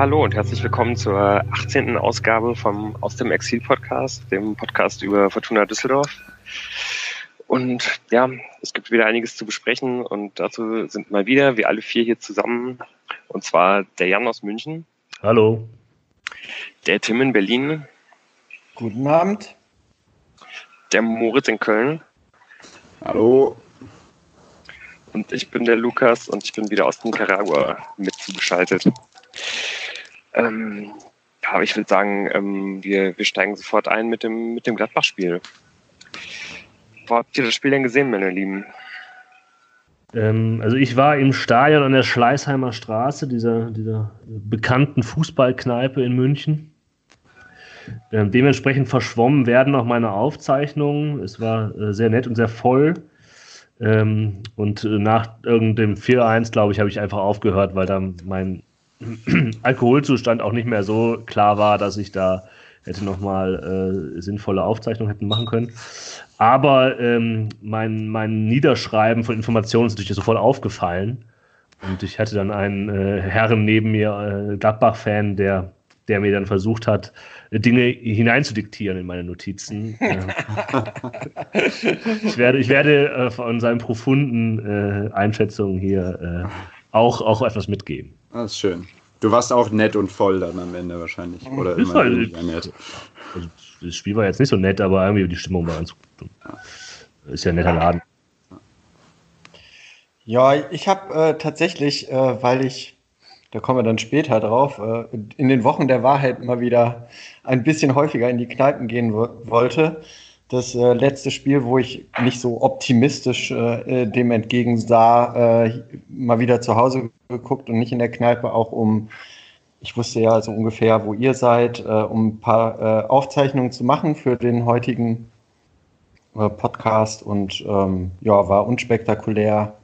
hallo und herzlich willkommen zur 18. Ausgabe vom Aus dem Exil-Podcast, dem Podcast über Fortuna Düsseldorf. Und ja, es gibt wieder einiges zu besprechen und dazu sind mal wieder wir alle vier hier zusammen. Und zwar der Jan aus München. Hallo. Der Tim in Berlin. Guten Abend. Der Moritz in Köln. Hallo. Und ich bin der Lukas und ich bin wieder aus Nicaragua mit zugeschaltet. Ja, ich würde sagen, wir steigen sofort ein mit dem Gladbach-Spiel. Wo habt ihr das Spiel denn gesehen, meine Lieben? Also ich war im Stadion an der Schleißheimer Straße, dieser bekannten Fußballkneipe in München. Dementsprechend verschwommen werden auch meine Aufzeichnungen. Es war sehr nett und sehr voll. Und nach irgendeinem 4-1, glaube ich, habe ich einfach aufgehört, weil dann mein Alkoholzustand auch nicht mehr so klar war, dass ich da hätte nochmal sinnvolle Aufzeichnungen hätten machen können. Aber mein Niederschreiben von Informationen ist natürlich sofort aufgefallen. Und ich hatte dann einen Herrn neben mir, Gladbach-Fan, der mir dann versucht hat, Dinge hineinzudiktieren in meine Notizen. Ich werde von seinen profunden Einschätzungen hier auch etwas mitgeben. Das ist schön. Du warst auch nett und voll dann am Ende wahrscheinlich. Oder immer weniger nett. Also das Spiel war jetzt nicht so nett, aber irgendwie die Stimmung war ganz gut. Ist ja ein netter Laden. Ja, ich habe tatsächlich, da kommen wir dann später drauf, in den Wochen der Wahrheit mal wieder ein bisschen häufiger in die Kneipen gehen wollte. Das letzte Spiel, wo ich nicht so optimistisch dem entgegensah, mal wieder zu Hause geguckt und nicht in der Kneipe, auch ich wusste ja so ungefähr, wo ihr seid, um ein paar Aufzeichnungen zu machen für den heutigen Podcast und ja, war unspektakulär.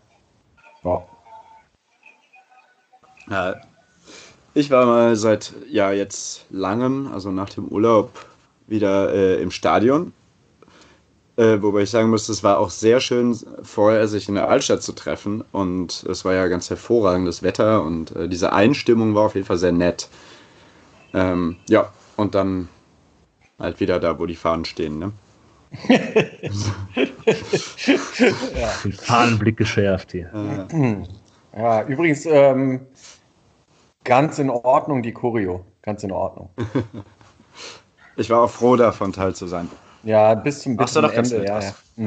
Ja, ich war mal seit jetzt langem, also nach dem Urlaub, wieder im Stadion. Wobei ich sagen muss, es war auch sehr schön, vorher sich in der Altstadt zu treffen. Und es war ja ganz hervorragendes Wetter und diese Einstimmung war auf jeden Fall sehr nett. Ja, und dann halt wieder da, wo die Fahnen stehen, ne? Ja. Den Fahnenblick geschärft hier. Ja, übrigens ganz in Ordnung, die Choreo. Ganz in Ordnung. Ich war auch froh, davon teil zu sein. Ja, bis zum Ende. Ja.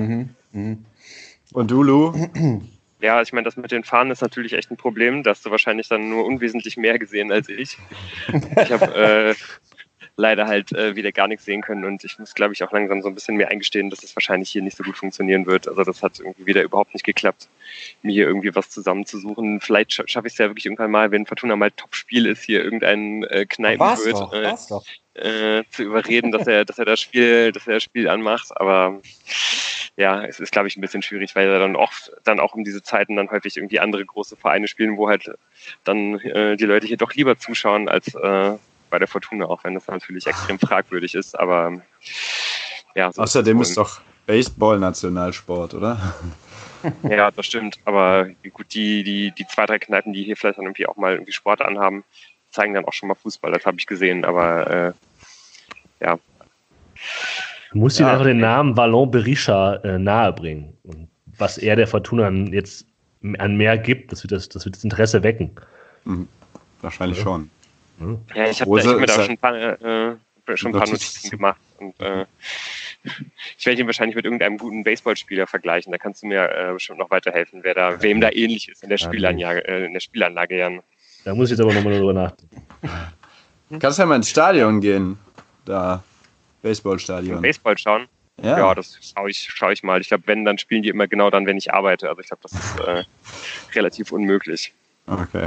Und du, Lou? Ja, ich meine, das mit den Fahnen ist natürlich echt ein Problem. Da hast du wahrscheinlich dann nur unwesentlich mehr gesehen als ich. Ich habe leider halt wieder gar nichts sehen können und ich muss, glaube ich, auch langsam so ein bisschen mehr eingestehen, dass es wahrscheinlich hier nicht so gut funktionieren wird. Also das hat irgendwie wieder überhaupt nicht geklappt, mir hier irgendwie was zusammenzusuchen. Vielleicht schaffe ich es ja wirklich irgendwann mal, wenn Fortuna mal Topspiel ist, hier irgendein Kneipenwirt zu überreden, dass er das Spiel anmacht. Aber ja, es ist, glaube ich, ein bisschen schwierig, weil dann auch um diese Zeiten dann häufig irgendwie andere große Vereine spielen, wo halt dann die Leute hier doch lieber zuschauen als bei der Fortuna, auch wenn das natürlich extrem fragwürdig ist, aber ja. So außerdem ist doch Baseball Nationalsport, oder? Ja, das stimmt, aber gut, die 2-3 Kneipen, die hier vielleicht dann irgendwie auch mal irgendwie Sport anhaben, zeigen dann auch schon mal Fußball, das habe ich gesehen, aber ja. Du musst ihm einfach den Namen Valon Berisha nahebringen. Und was er der Fortuna jetzt an mehr gibt, das wird das Interesse wecken. Wahrscheinlich schon. Ja, ich habe mir da schon ein paar Notizen gemacht und ich werde ihn wahrscheinlich mit irgendeinem guten Baseballspieler vergleichen. Da kannst du mir bestimmt noch weiterhelfen, wem da ähnlich ist in der Spielanlage, Jan. Da muss ich jetzt aber nochmal drüber nachdenken. Kannst ja mal ins Stadion gehen, da Baseballstadion. Baseball schauen? Ja, das schaue ich mal. Ich glaube, dann spielen die immer genau dann, wenn ich arbeite. Also ich glaube, das ist relativ unmöglich. Okay.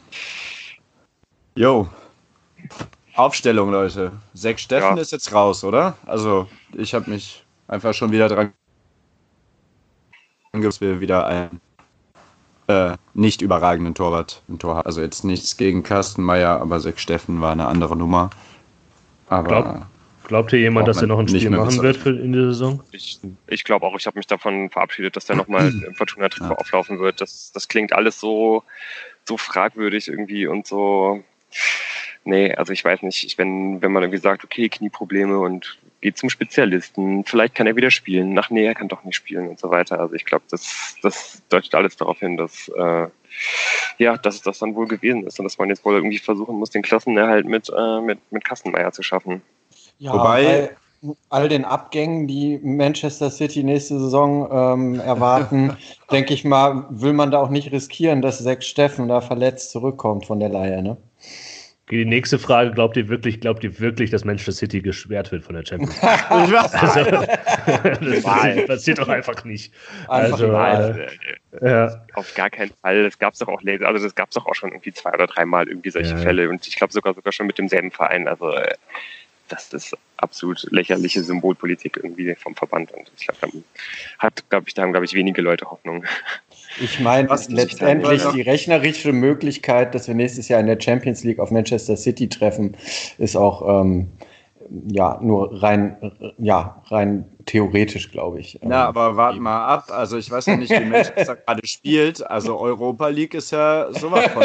Jo. Aufstellung, Leute. Zach Steffen ist jetzt raus, oder? Also, ich habe mich einfach schon wieder dran dass wir wieder einen nicht überragenden Torwart im Tor haben. Also jetzt nichts gegen Kastenmeier, aber Zach Steffen war eine andere Nummer. Aber glaubt hier jemand, dass er noch ein Spiel machen wird in der Saison? Ich glaube auch, ich habe mich davon verabschiedet, dass der nochmal im Fortuna-Trikot auflaufen wird. Das klingt alles so fragwürdig irgendwie und so. nee, also ich weiß nicht, wenn man irgendwie sagt, okay, Knieprobleme und geht zum Spezialisten, vielleicht kann er wieder spielen, nee, er kann doch nicht spielen und so weiter. Also ich glaube, das deutet alles darauf hin, dass dass das dann wohl gewesen ist und dass man jetzt wohl irgendwie versuchen muss, den Klassenerhalt mit Kastenmeier zu schaffen. Ja, bei all den Abgängen, die Manchester City nächste Saison erwarten, denke ich mal, will man da auch nicht riskieren, dass Zach Steffen da verletzt zurückkommt von der Leihe, ne? Die nächste Frage, glaubt ihr wirklich, dass Manchester City gesperrt wird von der Champions League? Das passiert doch einfach nicht. Auf gar keinen Fall. Das gab es doch auch schon irgendwie 2 oder 3 Mal irgendwie solche Fälle und ich glaube sogar schon mit demselben Verein. Also das ist absolut lächerliche Symbolpolitik irgendwie vom Verband und ich glaube, da haben wenige Leute Hoffnung. Ich meine, letztendlich die rechnerische Möglichkeit, dass wir nächstes Jahr in der Champions League auf Manchester City treffen, ist auch nur rein theoretisch, glaube ich. Na, aber warten mal ab. Also ich weiß ja nicht, wie Manchester gerade spielt. Also Europa League ist ja sowas von.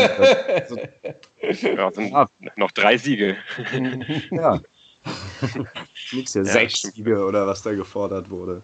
Sind noch 3 Siege. Ja. Nix hier, 6 Siege oder was da gefordert wurde.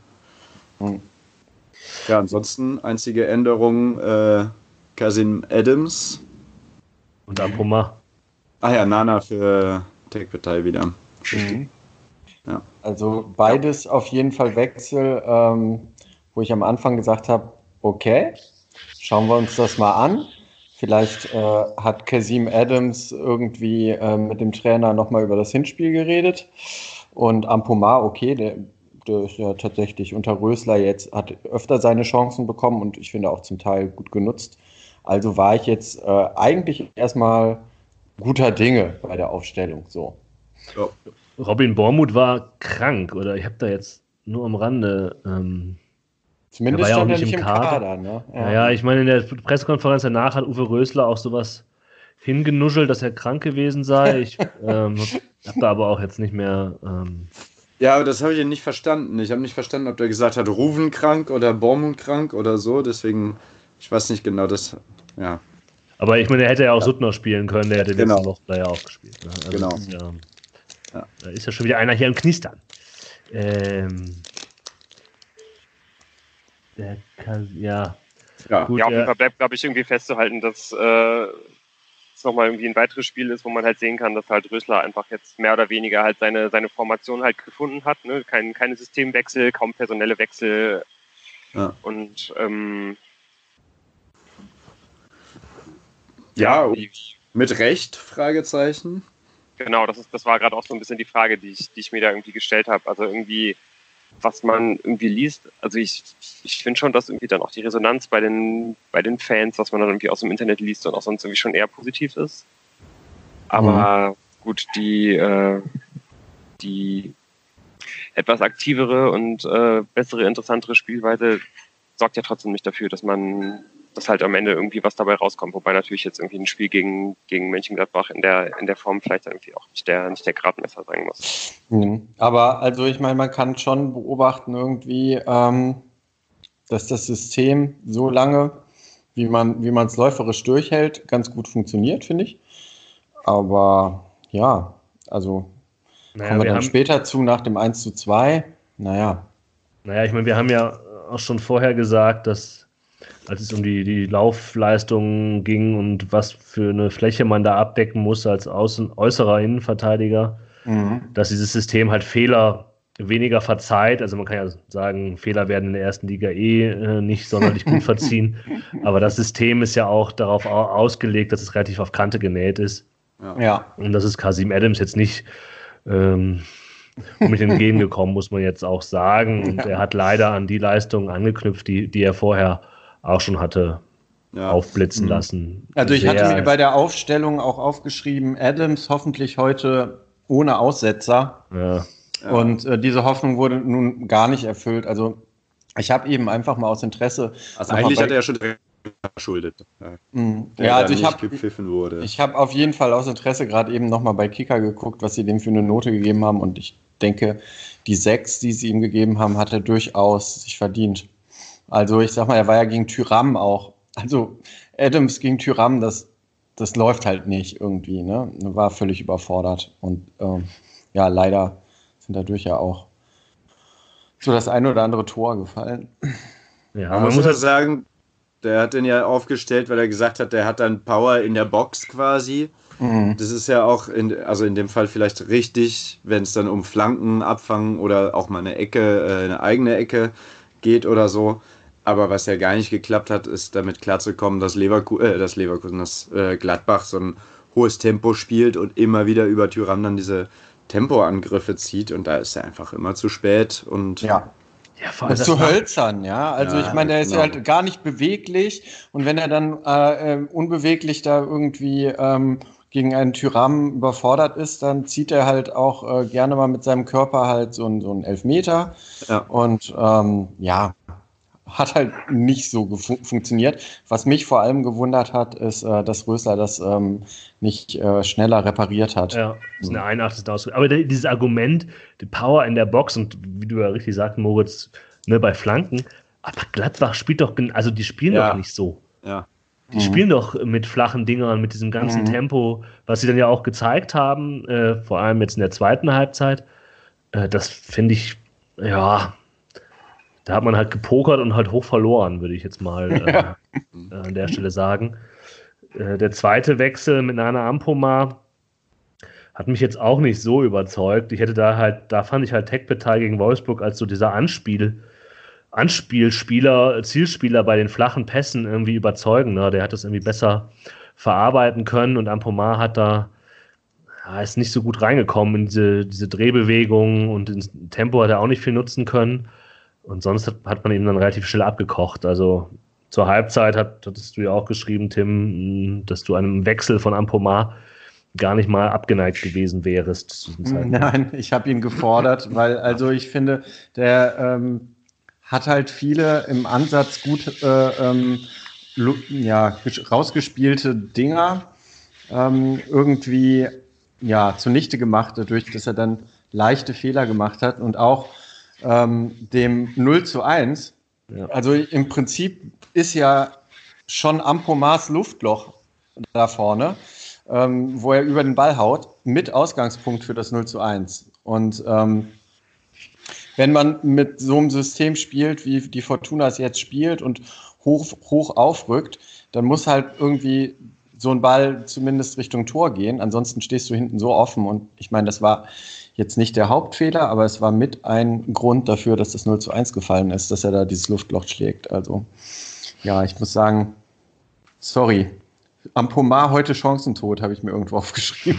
Ja, ansonsten einzige Änderung, Kazim Adams. Und Ampoma. Nana für Tech-Partei wieder. Ja. Also beides auf jeden Fall Wechsel, wo ich am Anfang gesagt habe, okay, schauen wir uns das mal an. Vielleicht hat Kazim Adams irgendwie mit dem Trainer nochmal über das Hinspiel geredet. Und Ampoma, okay, der ist ja tatsächlich unter Rösler jetzt, hat öfter seine Chancen bekommen und ich finde auch zum Teil gut genutzt. Also war ich jetzt eigentlich erstmal guter Dinge bei der Aufstellung. So. Ja. Robin Bormuth war krank, oder? Ich habe da jetzt nur am Rande. Zumindest stand er nicht im Kader. Ne? Ja, ich meine, in der Pressekonferenz danach hat Uwe Rösler auch sowas hingenuschelt, dass er krank gewesen sei. Ich habe da aber auch jetzt nicht mehr. Ja, aber das habe ich nicht verstanden. Ich habe nicht verstanden, ob der gesagt hat, Ruven krank oder Bormuth krank oder so. Deswegen, ich weiß nicht genau, das. Ja. Aber ich meine, er hätte ja auch Suttner spielen können, der hätte letzte Woche da ja auch gespielt. Ne? Also genau. Da ist ja schon wieder einer hier am Knistern. Gut, auf jeden Fall bleibt, glaube ich, irgendwie festzuhalten, dass es nochmal irgendwie ein weiteres Spiel ist, wo man halt sehen kann, dass halt Rösler einfach jetzt mehr oder weniger halt seine Formation halt gefunden hat. Ne? Keine Systemwechsel, kaum personelle Wechsel. Ja. Und mit Recht, Fragezeichen. Genau, das war gerade auch so ein bisschen die Frage, die ich mir da irgendwie gestellt habe. Also irgendwie, was man irgendwie liest, also ich finde schon, dass irgendwie dann auch die Resonanz bei den Fans, was man dann irgendwie aus dem Internet liest und auch sonst irgendwie schon eher positiv ist. Aber gut, die etwas aktivere und bessere, interessantere Spielweise sorgt ja trotzdem nicht dafür, dass halt am Ende irgendwie was dabei rauskommt. Wobei natürlich jetzt irgendwie ein Spiel gegen Mönchengladbach in der Form vielleicht irgendwie auch nicht der Gradmesser sein muss. Aber also ich meine, man kann schon beobachten irgendwie, dass das System so lange, wie man es läuferisch durchhält, ganz gut funktioniert, finde ich. Aber ja, also kommen wir dann später zu, nach dem 1:2. Naja, ich meine, wir haben ja auch schon vorher gesagt, dass als es um die Laufleistung ging und was für eine Fläche man da abdecken muss als äußerer Innenverteidiger, dass dieses System halt Fehler weniger verzeiht. Also man kann ja sagen, Fehler werden in der ersten Liga nicht sonderlich gut verziehen. Aber das System ist ja auch darauf ausgelegt, dass es relativ auf Kante genäht ist. Ja. Und das ist Kazim Adams jetzt nicht mit entgegengekommen, muss man jetzt auch sagen. Und er hat leider an die Leistungen angeknüpft, die er vorher auch schon hatte aufblitzen lassen. Also ich hatte mir bei der Aufstellung auch aufgeschrieben, Adams hoffentlich heute ohne Aussetzer. Ja. Und diese Hoffnung wurde nun gar nicht erfüllt. Also ich habe eben einfach mal aus Interesse... Also eigentlich hat er ja schon verschuldet. Also ich habe auf jeden Fall aus Interesse gerade eben nochmal bei Kicker geguckt, was sie dem für eine Note gegeben haben. Und ich denke, die 6, die sie ihm gegeben haben, hat er durchaus sich verdient. Also ich sag mal, er war ja gegen Thuram auch. Also Adams gegen Thuram, das das läuft halt nicht irgendwie, ne? War völlig überfordert. Und ja, leider sind dadurch ja auch so das ein oder andere Tor gefallen. Ja, Man muss ja sagen, der hat den ja aufgestellt, weil er gesagt hat, der hat dann Power in der Box quasi. Das ist ja auch also in dem Fall vielleicht richtig, wenn es dann um Flanken, Abfangen oder auch mal eine Ecke, eine eigene Ecke geht oder so. Aber was ja gar nicht geklappt hat, ist damit klarzukommen, dass Gladbach so ein hohes Tempo spielt und immer wieder über Thuram dann diese Tempoangriffe zieht und da ist er einfach immer zu spät und Ja, vor allem und zu hölzern, ja. Also Ja, ich meine, der ist genau. ja halt gar nicht beweglich und wenn er dann unbeweglich da irgendwie gegen einen Tyrann überfordert ist, dann zieht er halt auch gerne mal mit seinem Körper halt so einen Elfmeter. Ja. Und ja, hat halt nicht so funktioniert. Was mich vor allem gewundert hat, ist, dass Rösler das nicht schneller repariert hat. Ja, das ist eine 81. Ausdruck. Aber dieses Argument, die Power in der Box und wie du ja richtig sagst, Moritz, ne, bei Flanken, aber Gladbach spielt doch, also die spielen doch nicht so. Ja. Die spielen doch mit flachen Dingern, mit diesem ganzen Tempo, was sie dann ja auch gezeigt haben, vor allem jetzt in der zweiten Halbzeit. Das finde ich, ja, da hat man halt gepokert und halt hoch verloren, würde ich jetzt mal an der Stelle sagen. Der zweite Wechsel mit Nana Ampomah hat mich jetzt auch nicht so überzeugt. Da fand ich halt Tekpetai gegen Wolfsburg als so dieser Anspielspieler, Zielspieler bei den flachen Pässen irgendwie überzeugender. Der hat das irgendwie besser verarbeiten können und Ampomah ist nicht so gut reingekommen in diese Drehbewegungen und ins Tempo hat er auch nicht viel nutzen können. Und sonst hat man ihn dann relativ schnell abgekocht. Also zur Halbzeit hattest du ja auch geschrieben, Tim, dass du einem Wechsel von Ampomah gar nicht mal abgeneigt gewesen wärst. Nein, ich habe ihn gefordert, weil also ich finde, der hat halt viele im Ansatz gut rausgespielte Dinger irgendwie zunichte gemacht, dadurch, dass er dann leichte Fehler gemacht hat und auch dem 0:1. Ja. Also im Prinzip ist ja schon Ampomahs Luftloch da vorne, wo er über den Ball haut, mit Ausgangspunkt für das 0:1. Und wenn man mit so einem System spielt, wie die Fortuna es jetzt spielt und hoch aufrückt, dann muss halt irgendwie so ein Ball zumindest Richtung Tor gehen. Ansonsten stehst du hinten so offen. Und ich meine, das war jetzt nicht der Hauptfehler, aber es war mit ein Grund dafür, dass das 0:1 gefallen ist, dass er da dieses Luftloch schlägt. Also ja, ich muss sagen, sorry. Ampomah heute Chancentod, habe ich mir irgendwo aufgeschrieben.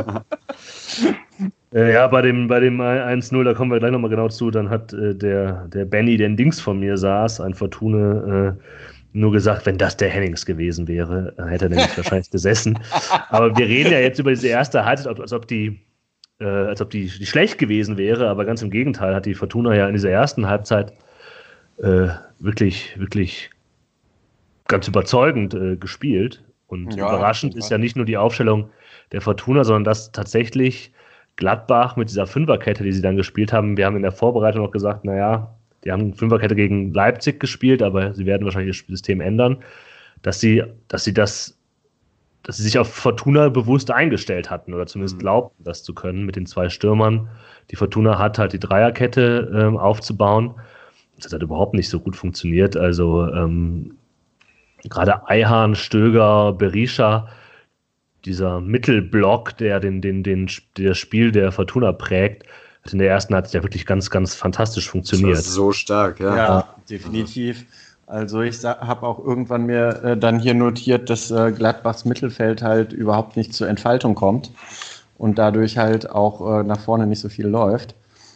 Ja, bei dem 1:0, da kommen wir gleich nochmal genau zu, dann hat der Benny, der links von mir saß, ein Fortune, nur gesagt, wenn das der Hennings gewesen wäre, hätte er nämlich wahrscheinlich gesessen. Aber wir reden ja jetzt über diese erste Halbzeit, als ob die schlecht gewesen wäre, aber ganz im Gegenteil hat die Fortuna ja in dieser ersten Halbzeit wirklich, wirklich ganz überzeugend gespielt. Und überraschend ist ja nicht nur die Aufstellung der Fortuna, sondern dass tatsächlich Gladbach mit dieser Fünferkette, die sie dann gespielt haben, wir haben in der Vorbereitung noch gesagt, naja, die haben Fünferkette gegen Leipzig gespielt, aber sie werden wahrscheinlich das System ändern, dass sie sich auf Fortuna bewusst eingestellt hatten oder zumindest glaubten, das zu können mit den zwei Stürmern. Die Fortuna hat halt die Dreierkette aufzubauen. Das hat überhaupt nicht so gut funktioniert. Also gerade Ayhan, Stöger, Berisha, dieser Mittelblock, der das Spiel der Fortuna prägt, hat in der ersten Halbzeit ja wirklich ganz, ganz fantastisch funktioniert. Das war so stark, ja. Ja, definitiv. Also ich habe auch irgendwann mir dann hier notiert, dass Gladbachs Mittelfeld halt überhaupt nicht zur Entfaltung kommt und dadurch halt auch nach vorne nicht so viel läuft.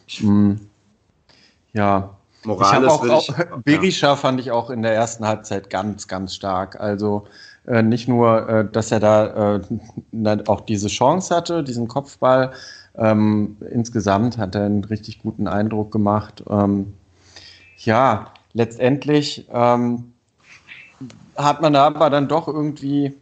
Ja. Morales Berisha fand ich auch in der ersten Halbzeit ganz, ganz stark. Also nicht nur, dass er da auch diese Chance hatte, diesen Kopfball. Insgesamt hat er einen richtig guten Eindruck gemacht. Ja, letztendlich hat man da aber dann doch irgendwie,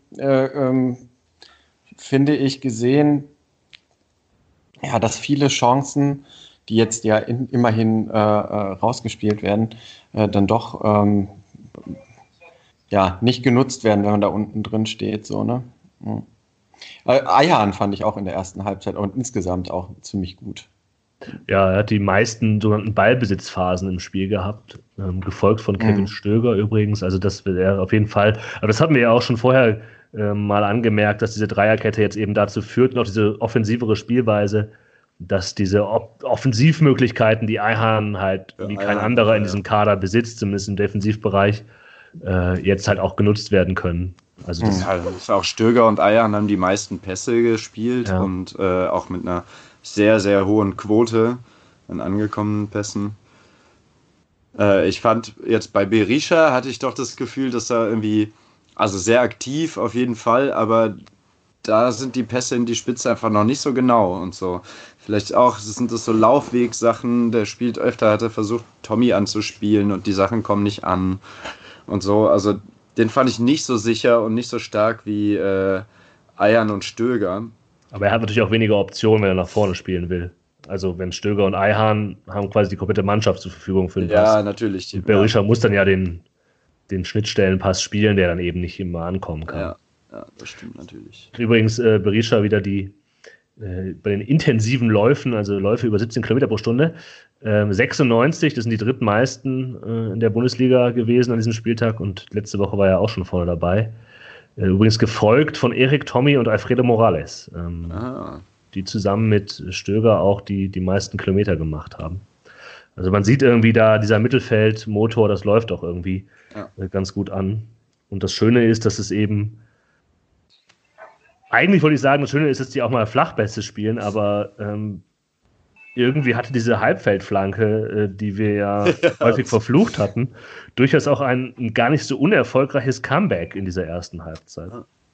finde ich, gesehen, ja, dass viele Chancen, die jetzt ja immerhin rausgespielt werden, dann doch nicht genutzt werden, wenn man da unten drin steht. So, ne? Ayhan fand ich auch in der ersten Halbzeit und insgesamt auch ziemlich gut. Ja, er hat die meisten sogenannten Ballbesitzphasen im Spiel gehabt, gefolgt von Kevin Stöger übrigens. Also das wird er auf jeden Fall. Aber das hatten wir ja auch schon vorher mal angemerkt, dass diese Dreierkette jetzt eben dazu führt, noch diese offensivere Spielweise, dass diese Offensivmöglichkeiten, die Ayhan halt wie kein anderer in diesem Kader besitzt, zumindest im Defensivbereich, jetzt halt auch genutzt werden können. Also das ist auch Stöger und Ayhan haben die meisten Pässe gespielt und auch mit einer sehr, sehr hohen Quote an angekommenen Pässen. Ich fand jetzt bei Berisha hatte ich doch das Gefühl, dass er irgendwie, also sehr aktiv auf jeden Fall, aber da sind die Pässe in die Spitze einfach noch nicht so genau und so. Vielleicht auch, sind das so Laufwegsachen, der spielt öfter, hat er versucht, Tommy anzuspielen und die Sachen kommen nicht an und so. Also den fand ich nicht so sicher und nicht so stark wie Ayhan und Stöger. Aber er hat natürlich auch weniger Optionen, wenn er nach vorne spielen will. Also wenn Stöger und Ayhan haben quasi die komplette Mannschaft zur Verfügung für den Pass. Ja, natürlich. Und Berisha muss dann ja den Schnittstellenpass spielen, der dann eben nicht immer ankommen kann. Ja, das stimmt natürlich. Übrigens Berisha wieder bei den intensiven Läufen, also Läufe über 17 Kilometer pro Stunde, 96, das sind die drittmeisten in der Bundesliga gewesen an diesem Spieltag und letzte Woche war er auch schon vorne dabei. Übrigens gefolgt von Erik Tommy und Alfredo Morales, die zusammen mit Stöger auch die meisten Kilometer gemacht haben. Also man sieht irgendwie da, dieser Mittelfeldmotor, das läuft auch irgendwie ganz gut an. Und das Schöne ist, dass es eben, eigentlich wollte ich sagen, das Schöne ist, dass die auch mal Flachpässe spielen, aber irgendwie hatte diese Halbfeldflanke, die wir ja häufig verflucht hatten, durchaus auch ein gar nicht so unerfolgreiches Comeback in dieser ersten Halbzeit.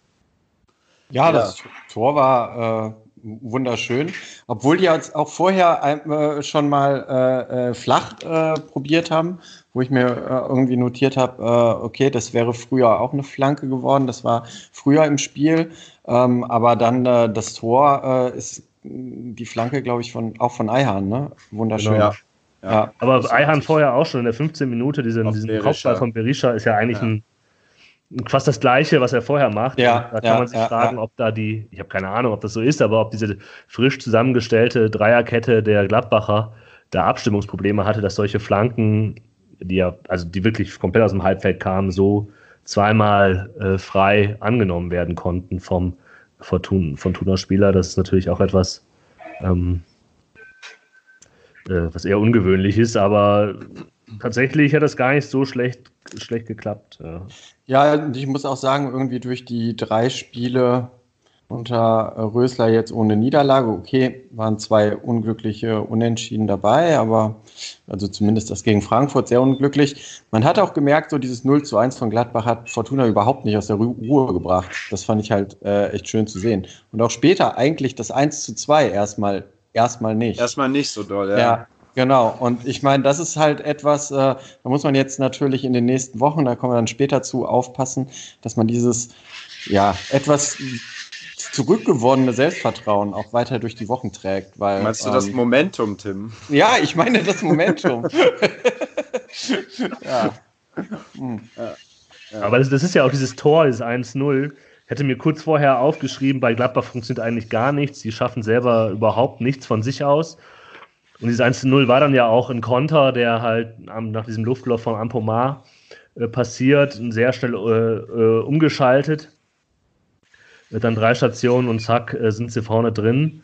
Ja, das Tor war wunderschön, obwohl die jetzt auch vorher schon mal flach probiert haben, wo ich mir irgendwie notiert habe, okay, das wäre früher auch eine Flanke geworden, das war früher im Spiel, aber dann das Tor ist die Flanke, glaube ich, auch von Ayhan, ne? Wunderschön. Genau. Ja. Aber Ayhan vorher auch schon in der 15 Minute, diesen Kopfball von Berisha ist ja eigentlich fast das Gleiche, was er vorher macht. Ja, da kann man sich fragen, ob da ich habe keine Ahnung, ob das so ist, aber ob diese frisch zusammengestellte Dreierkette der Gladbacher da Abstimmungsprobleme hatte, dass solche Flanken, die wirklich komplett aus dem Halbfeld kamen, so zweimal frei angenommen werden konnten vom Fortuna-Spieler. Das ist natürlich auch etwas, was eher ungewöhnlich ist, aber tatsächlich hat das gar nicht so schlecht geklappt. Ja, und ich muss auch sagen, irgendwie durch die 3 Spiele unter Rösler jetzt ohne Niederlage, okay, waren 2 unglückliche Unentschieden dabei, aber also zumindest das gegen Frankfurt sehr unglücklich. Man hat auch gemerkt, so dieses 0:1 von Gladbach hat Fortuna überhaupt nicht aus der Ruhe gebracht. Das fand ich halt echt schön zu sehen. Und auch später eigentlich das 1:2 erstmal nicht. Erstmal nicht so doll, Ja, genau. Und ich meine, das ist halt etwas, da muss man jetzt natürlich in den nächsten Wochen, da kommen wir dann später zu, aufpassen, dass man dieses, etwas zurückgewonnene Selbstvertrauen auch weiter durch die Wochen trägt. Weil, meinst du das Momentum, Tim? Ja, ich meine das Momentum. Aber das ist ja auch dieses Tor, dieses 1:0. Ich hatte mir kurz vorher aufgeschrieben, bei Gladbach funktioniert eigentlich gar nichts. Die schaffen selber überhaupt nichts von sich aus. Und dieses 1:0 war dann ja auch ein Konter, der halt nach diesem Luftloch von Ampomar passiert, sehr schnell umgeschaltet. Dann 3 Stationen und zack, sind sie vorne drin.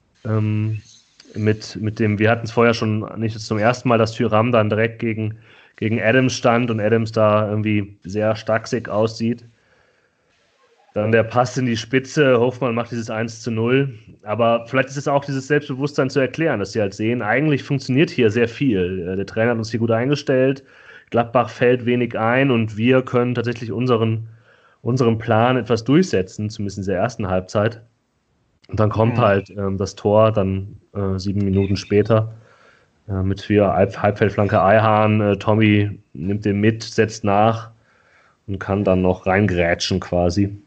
Mit dem, wir hatten es vorher schon nicht zum ersten Mal, dass Thuram dann direkt gegen Adams stand und Adams da irgendwie sehr starksig aussieht. Dann der Pass in die Spitze, Hofmann macht dieses 1:0. Aber vielleicht ist es auch dieses Selbstbewusstsein zu erklären, dass sie halt sehen, eigentlich funktioniert hier sehr viel. Der Trainer hat uns hier gut eingestellt, Gladbach fällt wenig ein und wir können tatsächlich unseren Plan etwas durchsetzen, zumindest in der ersten Halbzeit. Und dann kommt halt das Tor, dann 7 Minuten später, mit 4 Halbfeldflanke Ayhan. Tommy nimmt den mit, setzt nach und kann dann noch reingrätschen quasi.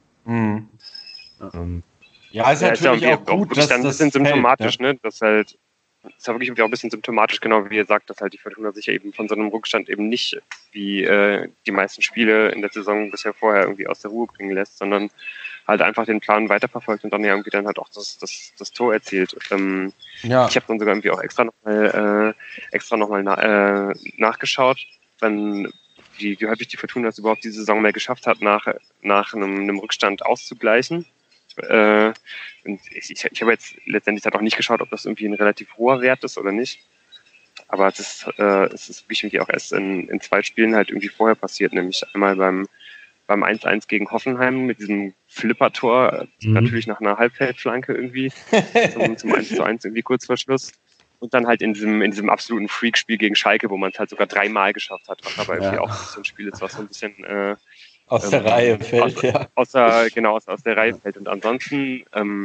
Ja, ist natürlich auch gut, dass ein bisschen symptomatisch, ne? Das halt, ist ja wirklich auch ein bisschen symptomatisch, genau wie ihr sagt, dass halt die Fortuna sich ja eben von so einem Rückstand eben nicht wie die meisten Spiele in der Saison bisher vorher irgendwie aus der Ruhe bringen lässt, sondern halt einfach den Plan weiterverfolgt und dann ja irgendwie dann halt auch das Tor erzielt. Ich habe dann sogar irgendwie auch extra nochmal nachgeschaut, wie häufig die Fortuna es überhaupt diese Saison mehr geschafft hat, nach einem Rückstand auszugleichen. Und ich habe jetzt letztendlich halt auch nicht geschaut, ob das irgendwie ein relativ hoher Wert ist oder nicht. Aber es ist wirklich irgendwie auch erst in 2 Spielen halt irgendwie vorher passiert, nämlich einmal beim 1-1 gegen Hoffenheim mit diesem Flippertor, natürlich nach einer Halbfeldflanke irgendwie, zum 1:1 irgendwie kurz vor Schluss. Und dann halt in diesem absoluten Freak-Spiel gegen Schalke, wo man es halt sogar 3-mal geschafft hat, was aber irgendwie auch so ein Spiel ist, was so ein bisschen aus der Reihe fällt, aus der Reihe fällt. Und ansonsten,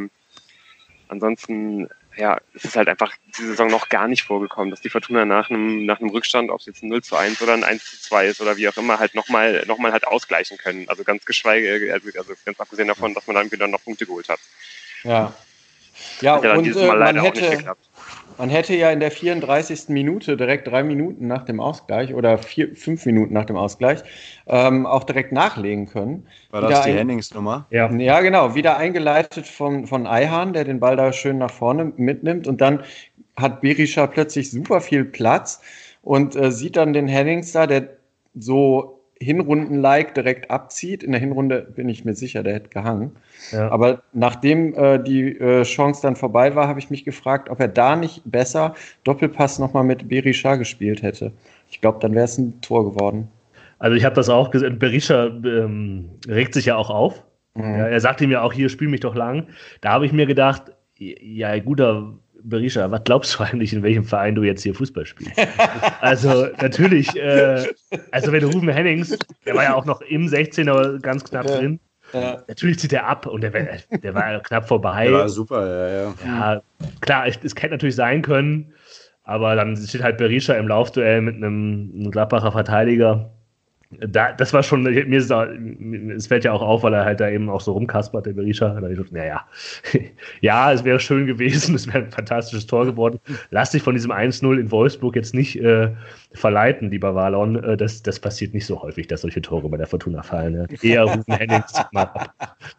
ja, es ist halt einfach diese Saison noch gar nicht vorgekommen, dass die Fortuna nach einem Rückstand, ob es jetzt ein 0:1 oder ein 1:2 ist oder wie auch immer, halt nochmal halt ausgleichen können. Also ganz abgesehen davon, dass man dann wieder noch Punkte geholt hat. Ja, und man hätte ja in der 34. Minute direkt 3 Minuten nach dem Ausgleich oder 5 Minuten nach dem Ausgleich auch direkt nachlegen können. War das die Hennings-Nummer? Ja, genau. Wieder eingeleitet von Ayhan, der den Ball da schön nach vorne mitnimmt. Und dann hat Berisha plötzlich super viel Platz und sieht dann den Hennings da, der so Hinrunden-like direkt abzieht. In der Hinrunde bin ich mir sicher, der hätte gehangen. Ja. Aber nachdem die Chance dann vorbei war, habe ich mich gefragt, ob er da nicht besser Doppelpass nochmal mit Berisha gespielt hätte. Ich glaube, dann wäre es ein Tor geworden. Also ich habe das auch gesehen. Berisha regt sich ja auch auf. Ja, er sagt ihm ja auch, hier, spiel mich doch lang. Da habe ich mir gedacht, ja, guter Berisha, was glaubst du eigentlich, in welchem Verein du jetzt hier Fußball spielst? Also natürlich, wenn du Ruben Hennings, der war ja auch noch im 16er ganz knapp drin, natürlich zieht er ab und der war knapp vorbei. Der war super, Ja, klar, es hätte natürlich sein können, aber dann steht halt Berisha im Laufduell mit einem Gladbacher Verteidiger. Das war schon, es fällt ja auch auf, weil er halt da eben auch so rumkaspert, der Berisha. Da ich dachte, ja, es wäre schön gewesen, es wäre ein fantastisches Tor geworden. Lass dich von diesem 1:0 in Wolfsburg jetzt nicht verleiten, lieber Wallon. Das passiert nicht so häufig, dass solche Tore bei der Fortuna fallen. Ja. Eher Ruben Hennings mal ab.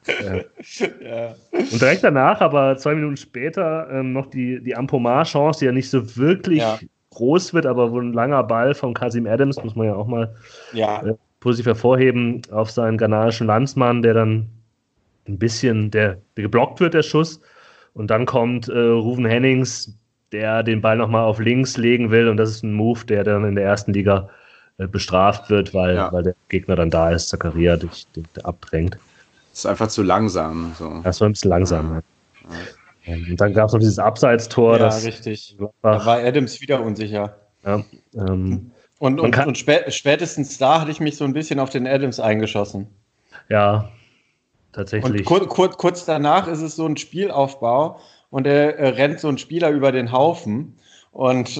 Und direkt danach, aber 2 Minuten später, noch die Ampomar-Chance, die ja nicht so wirklich groß wird, aber wo ein langer Ball von Kasim Adams, muss man ja auch mal positiv hervorheben, auf seinen ghanaischen Landsmann, der dann ein bisschen, der geblockt wird, der Schuss. Und dann kommt Ruven Hennings, der den Ball nochmal auf links legen will. Und das ist ein Move, der dann in der ersten Liga bestraft wird, weil der Gegner dann da ist, Zakaria dich abdrängt. Das ist einfach zu langsam. So. Das war ein bisschen langsam. Ja. Und dann gab es noch dieses Abseitstor. Ja, richtig. Da war Adams wieder unsicher. Ja, und spätestens da hatte ich mich so ein bisschen auf den Adams eingeschossen. Ja, tatsächlich. Und kurz danach ist es so ein Spielaufbau und er rennt so ein Spieler über den Haufen. Und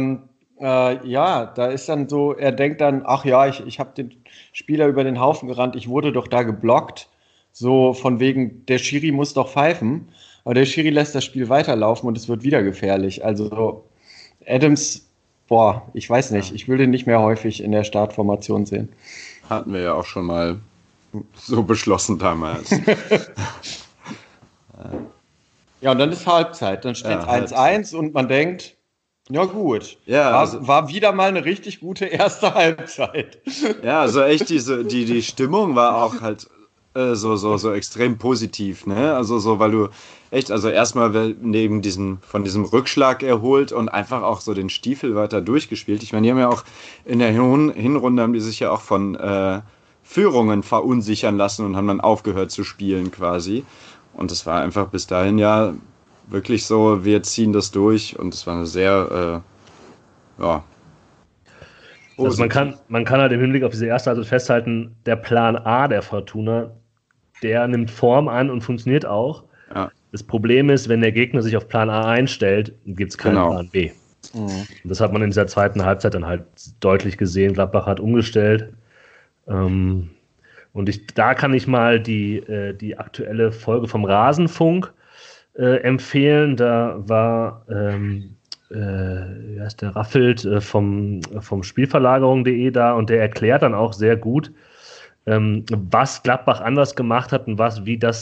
da ist dann so, er denkt dann, ach ja, ich habe den Spieler über den Haufen gerannt, ich wurde doch da geblockt. So von wegen, der Schiri muss doch pfeifen. Aber der Schiri lässt das Spiel weiterlaufen und es wird wieder gefährlich. Also Adams, ich weiß nicht. Ich will den nicht mehr häufig in der Startformation sehen. Hatten wir ja auch schon mal so beschlossen damals. Ja, und dann ist Halbzeit. Dann steht es 1:1 und man denkt, ja gut, war wieder mal eine richtig gute erste Halbzeit. Ja, also echt, die Stimmung war auch halt so extrem positiv, ne? Also so, weil du echt, also erstmal von diesem Rückschlag erholt und einfach auch so den Stiefel weiter durchgespielt. Ich meine, die haben ja auch in der Hinrunde haben die sich ja auch von Führungen verunsichern lassen und haben dann aufgehört zu spielen quasi. Und es war einfach bis dahin ja wirklich so, wir ziehen das durch und es war eine sehr, Also man kann halt im Hinblick auf diese erste Halbzeit festhalten, der Plan A der Fortuna, der nimmt Form an und funktioniert auch. Ja. Das Problem ist, wenn der Gegner sich auf Plan A einstellt, gibt es keinen Plan B. Und das hat man in dieser zweiten Halbzeit dann halt deutlich gesehen. Gladbach hat umgestellt. Und da kann ich mal die aktuelle Folge vom Rasenfunk empfehlen. Da war wie heißt der Raffelt vom Spielverlagerung.de da und der erklärt dann auch sehr gut, was Gladbach anders gemacht hat und wie das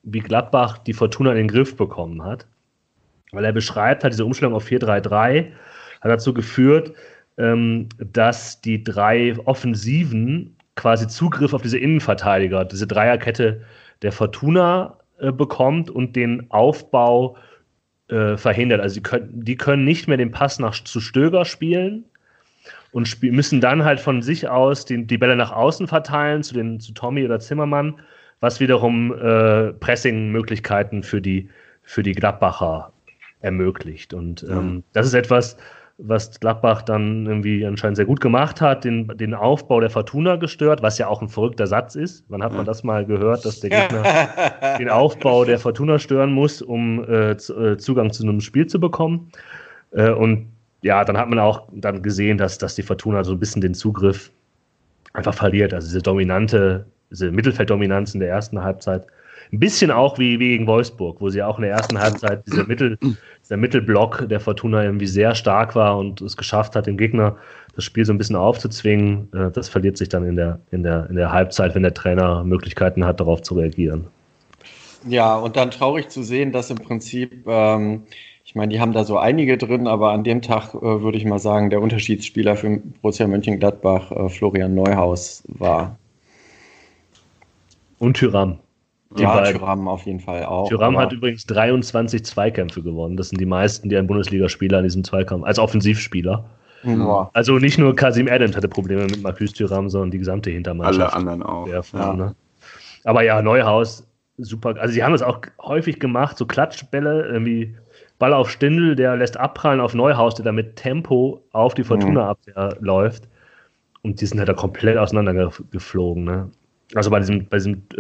wie Gladbach die Fortuna in den Griff bekommen hat. Weil er beschreibt, diese Umstellung auf 4-3-3 hat dazu geführt, dass die 3 Offensiven quasi Zugriff auf diese Innenverteidiger, diese Dreierkette der Fortuna bekommt und den Aufbau verhindert. Also die können nicht mehr den Pass zu Stöger spielen und müssen dann halt von sich aus die Bälle nach außen verteilen, zu Tommy oder Zimmermann, was wiederum Pressing-Möglichkeiten für die Gladbacher ermöglicht. Und das ist etwas, was Gladbach dann irgendwie anscheinend sehr gut gemacht hat, den Aufbau der Fortuna gestört, was ja auch ein verrückter Satz ist. Wann hat man das mal gehört, dass der Gegner den Aufbau der Fortuna stören muss, um Zugang zu einem Spiel zu bekommen? Und ja, dann hat man auch dann gesehen, dass die Fortuna so ein bisschen den Zugriff einfach verliert. Also diese Mittelfelddominanz in der ersten Halbzeit. Ein bisschen auch wie gegen Wolfsburg, wo sie auch in der ersten Halbzeit dieser Mittelblock der Fortuna irgendwie sehr stark war und es geschafft hat, dem Gegner das Spiel so ein bisschen aufzuzwingen. Das verliert sich dann in der Halbzeit, wenn der Trainer Möglichkeiten hat, darauf zu reagieren. Ja, und dann traurig zu sehen, dass im Prinzip, ich meine, die haben da so einige drin, aber an dem Tag würde ich mal sagen, der Unterschiedsspieler für Borussia Mönchengladbach Florian Neuhaus war. Und Thuram. Thuram auf jeden Fall auch. Thuram hat übrigens 23 Zweikämpfe gewonnen. Das sind die meisten, die ein Bundesligaspieler in diesem Zweikampf, als Offensivspieler. Ja. Also nicht nur Kasim Adams hatte Probleme mit Marcus Thuram, sondern die gesamte Hintermannschaft. Alle anderen auch. Ne? Aber ja, Neuhaus, super. Also sie haben es auch häufig gemacht, so Klatschbälle, irgendwie Ball auf Stindl, der lässt abprallen auf Neuhaus, der da mit Tempo auf die Fortuna-Abwehr läuft. Und die sind halt da komplett auseinandergeflogen, ne? Also bei diesem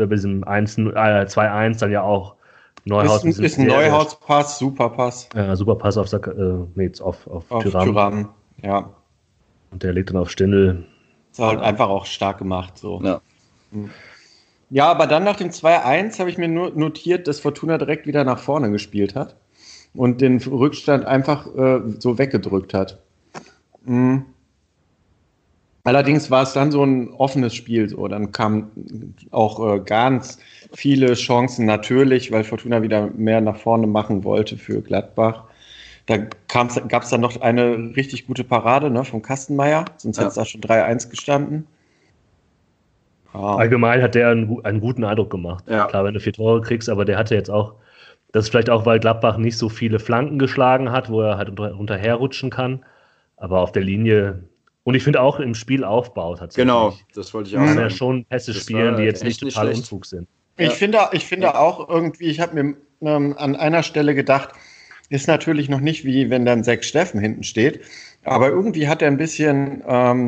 2-1 dann ja auch Neuhaus. Ist ein Neuhaus-Pass, super Pass. Ja, super Pass auf Thuram. Ja. Und der legt dann auf Stindl. Ist halt einfach auch stark gemacht. So. Ja. Ja, aber dann nach dem 2-1 habe ich mir nur notiert, dass Fortuna direkt wieder nach vorne gespielt hat und den Rückstand einfach so weggedrückt hat. Allerdings war es dann so ein offenes Spiel. So. Dann kamen auch ganz viele Chancen natürlich, weil Fortuna wieder mehr nach vorne machen wollte für Gladbach. Da gab es dann noch eine richtig gute Parade, ne, von Kastenmeier, sonst hätte es da schon 3-1 gestanden. Allgemein hat der einen guten Eindruck gemacht. Ja. Klar, wenn du 4 Tore kriegst, aber der hatte jetzt auch, das ist vielleicht auch, weil Gladbach nicht so viele Flanken geschlagen hat, wo er halt unterherrutschen kann, aber auf der Linie. Und ich finde auch im Spielaufbau tatsächlich. Genau, das wollte ich auch sagen. sagen. Ja schon Pässe spielen, die jetzt nicht total Unfug sind. Ich finde auch irgendwie, ich habe mir an einer Stelle gedacht, ist natürlich noch nicht wie wenn dann 6 Steffen hinten steht, aber irgendwie hat er ein bisschen,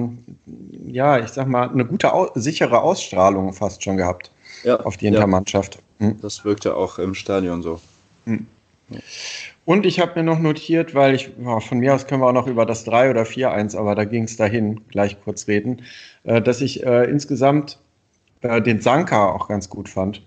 ich sag mal, eine gute, sichere Ausstrahlung fast schon gehabt auf die Hintermannschaft. Das wirkte auch im Stadion so. Und ich habe mir noch notiert, weil von mir aus können wir auch noch über das 3 oder 4-1, aber da ging es dahin, gleich kurz reden, dass ich insgesamt den Sanka auch ganz gut fand.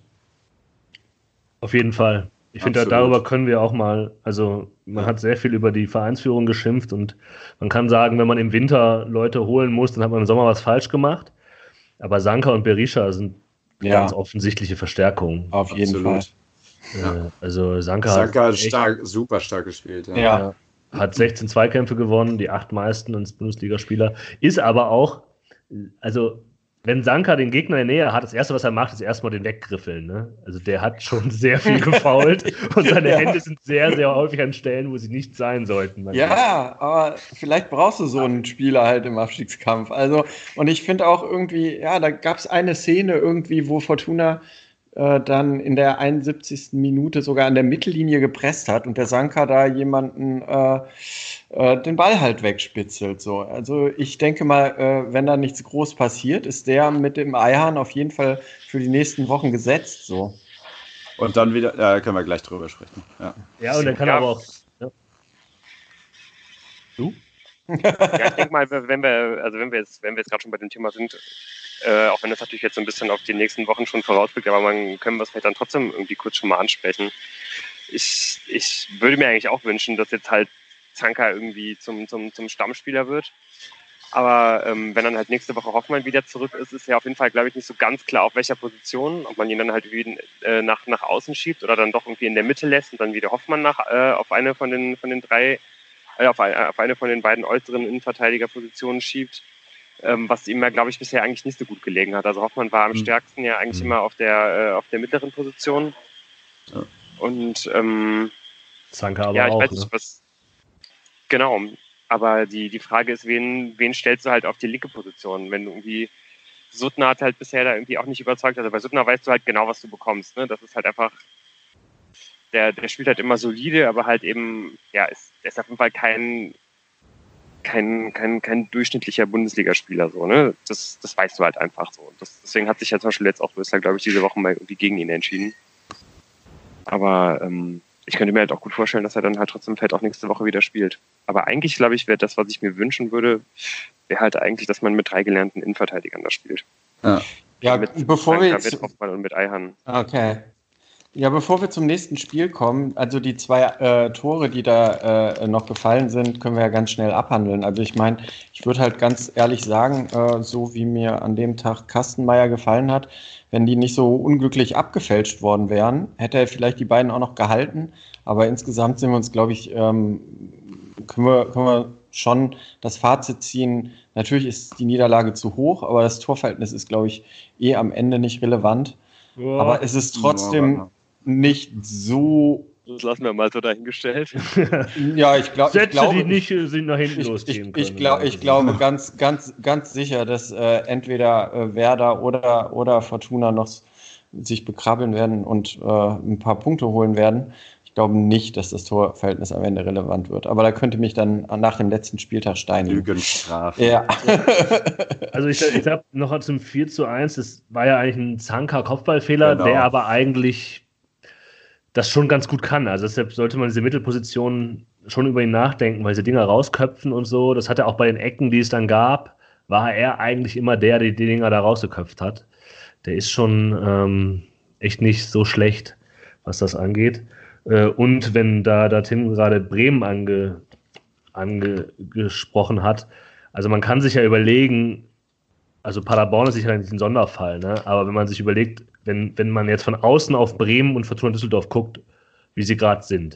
Auf jeden Fall. Ich finde, darüber können wir auch mal, also man hat sehr viel über die Vereinsführung geschimpft und man kann sagen, wenn man im Winter Leute holen muss, dann hat man im Sommer was falsch gemacht. Aber Sanka und Berisha sind ganz offensichtliche Verstärkungen. Auf jeden Fall. Also Sanka hat super stark gespielt. Ja. Hat 16 Zweikämpfe gewonnen, die 8 meisten als Bundesligaspieler. Ist aber auch, also wenn Sanka den Gegner in der Nähe hat, das Erste, was er macht, ist erstmal den weggriffeln. Ne? Also der hat schon sehr viel gefoult und seine Hände sind sehr, sehr häufig an Stellen, wo sie nicht sein sollten. Aber vielleicht brauchst du so einen Spieler halt im Abstiegskampf. Also, und ich finde auch irgendwie, da gab es eine Szene irgendwie, wo Fortuna dann in der 71. Minute sogar an der Mittellinie gepresst hat und der Sanka da jemanden den Ball halt wegspitzelt. So. Also ich denke mal, wenn da nichts groß passiert, ist der mit dem Eihahn auf jeden Fall für die nächsten Wochen gesetzt. So. Und dann wieder, können wir gleich drüber sprechen. Ja, und er kann aber auch... Ja. Du? Ja, ich denke mal, wenn wir jetzt gerade schon bei dem Thema sind, auch wenn das natürlich jetzt so ein bisschen auf die nächsten Wochen schon vorausblickt, aber können wir es vielleicht dann trotzdem irgendwie kurz schon mal ansprechen. Ich würde mir eigentlich auch wünschen, dass jetzt halt Zanka irgendwie zum Stammspieler wird. Aber wenn dann halt nächste Woche Hoffmann wieder zurück ist, ist ja auf jeden Fall, glaube ich, nicht so ganz klar, auf welcher Position, ob man ihn dann halt irgendwie nach außen schiebt oder dann doch irgendwie in der Mitte lässt und dann wieder Hoffmann auf eine von den drei, auf eine von den beiden äußeren Innenverteidigerpositionen schiebt, was ihm ja, glaube ich, bisher eigentlich nicht so gut gelegen hat. Also Hoffmann war am stärksten ja eigentlich immer auf der mittleren Position. Ja. Und Zanka aber ja, ich auch. weiß nicht, was. Genau. Aber die Frage ist, wen stellst du halt auf die linke Position? Wenn du irgendwie. Suttner hat halt bisher da irgendwie auch nicht überzeugt. Also bei Suttner weißt du halt genau, was du bekommst. Ne? Das ist halt einfach. Der spielt halt immer solide, aber halt eben, ja, der ist auf jeden Fall kein durchschnittlicher Bundesligaspieler. So, ne? Das weißt du halt einfach so. Deswegen hat sich ja zum Beispiel jetzt auch Rösler, glaube ich, diese Woche mal irgendwie gegen ihn entschieden. Aber ich könnte mir halt auch gut vorstellen, dass er dann halt trotzdem vielleicht auch nächste Woche wieder spielt. Aber eigentlich, glaube ich, wäre das, was ich mir wünschen würde, wäre halt eigentlich, dass man mit 3 gelernten Innenverteidigern da spielt. Ja, mit bevor wir mit Hoffmann und mit Eihan. Okay. Ja, bevor wir zum nächsten Spiel kommen, also die 2 Tore, die da noch gefallen sind, können wir ja ganz schnell abhandeln. Also ich meine, ich würde halt ganz ehrlich sagen, so wie mir an dem Tag Kastenmeier gefallen hat, wenn die nicht so unglücklich abgefälscht worden wären, hätte er vielleicht die beiden auch noch gehalten. Aber insgesamt sind wir uns, glaube ich, können wir schon das Fazit ziehen. Natürlich ist die Niederlage zu hoch, aber das Torverhältnis ist, glaube ich, am Ende nicht relevant. Ja. Aber es ist trotzdem nicht so. Das lassen wir mal so dahingestellt. Ja, ich glaube. Sätze, die nicht sind nach hinten losgehen können. Ich glaube ganz sicher, dass entweder Werder oder Fortuna noch sich bekrabbeln werden und ein paar Punkte holen werden. Ich glaube nicht, dass das Torverhältnis am Ende relevant wird. Aber da könnte mich dann nach dem letzten Spieltag steinigen. Lügenstrafe. Ja. Also ich habe noch zum 4:1, das war ja eigentlich ein Zanka-Kopfballfehler, Genau. der aber eigentlich das schon ganz gut kann. Also deshalb sollte man diese Mittelposition schon über ihn nachdenken, weil diese Dinger rausköpfen und so, das hat er auch bei den Ecken, die es dann gab, war er eigentlich immer der die Dinger da rausgeköpft hat. Der ist schon echt nicht so schlecht, was das angeht. Und wenn da Tim gerade Bremen angesprochen hat, also man kann sich ja überlegen, also Paderborn ist sicher nicht ein Sonderfall, ne? Aber wenn man sich überlegt, wenn man jetzt von außen auf Bremen und Fortuna Düsseldorf guckt, wie sie gerade sind,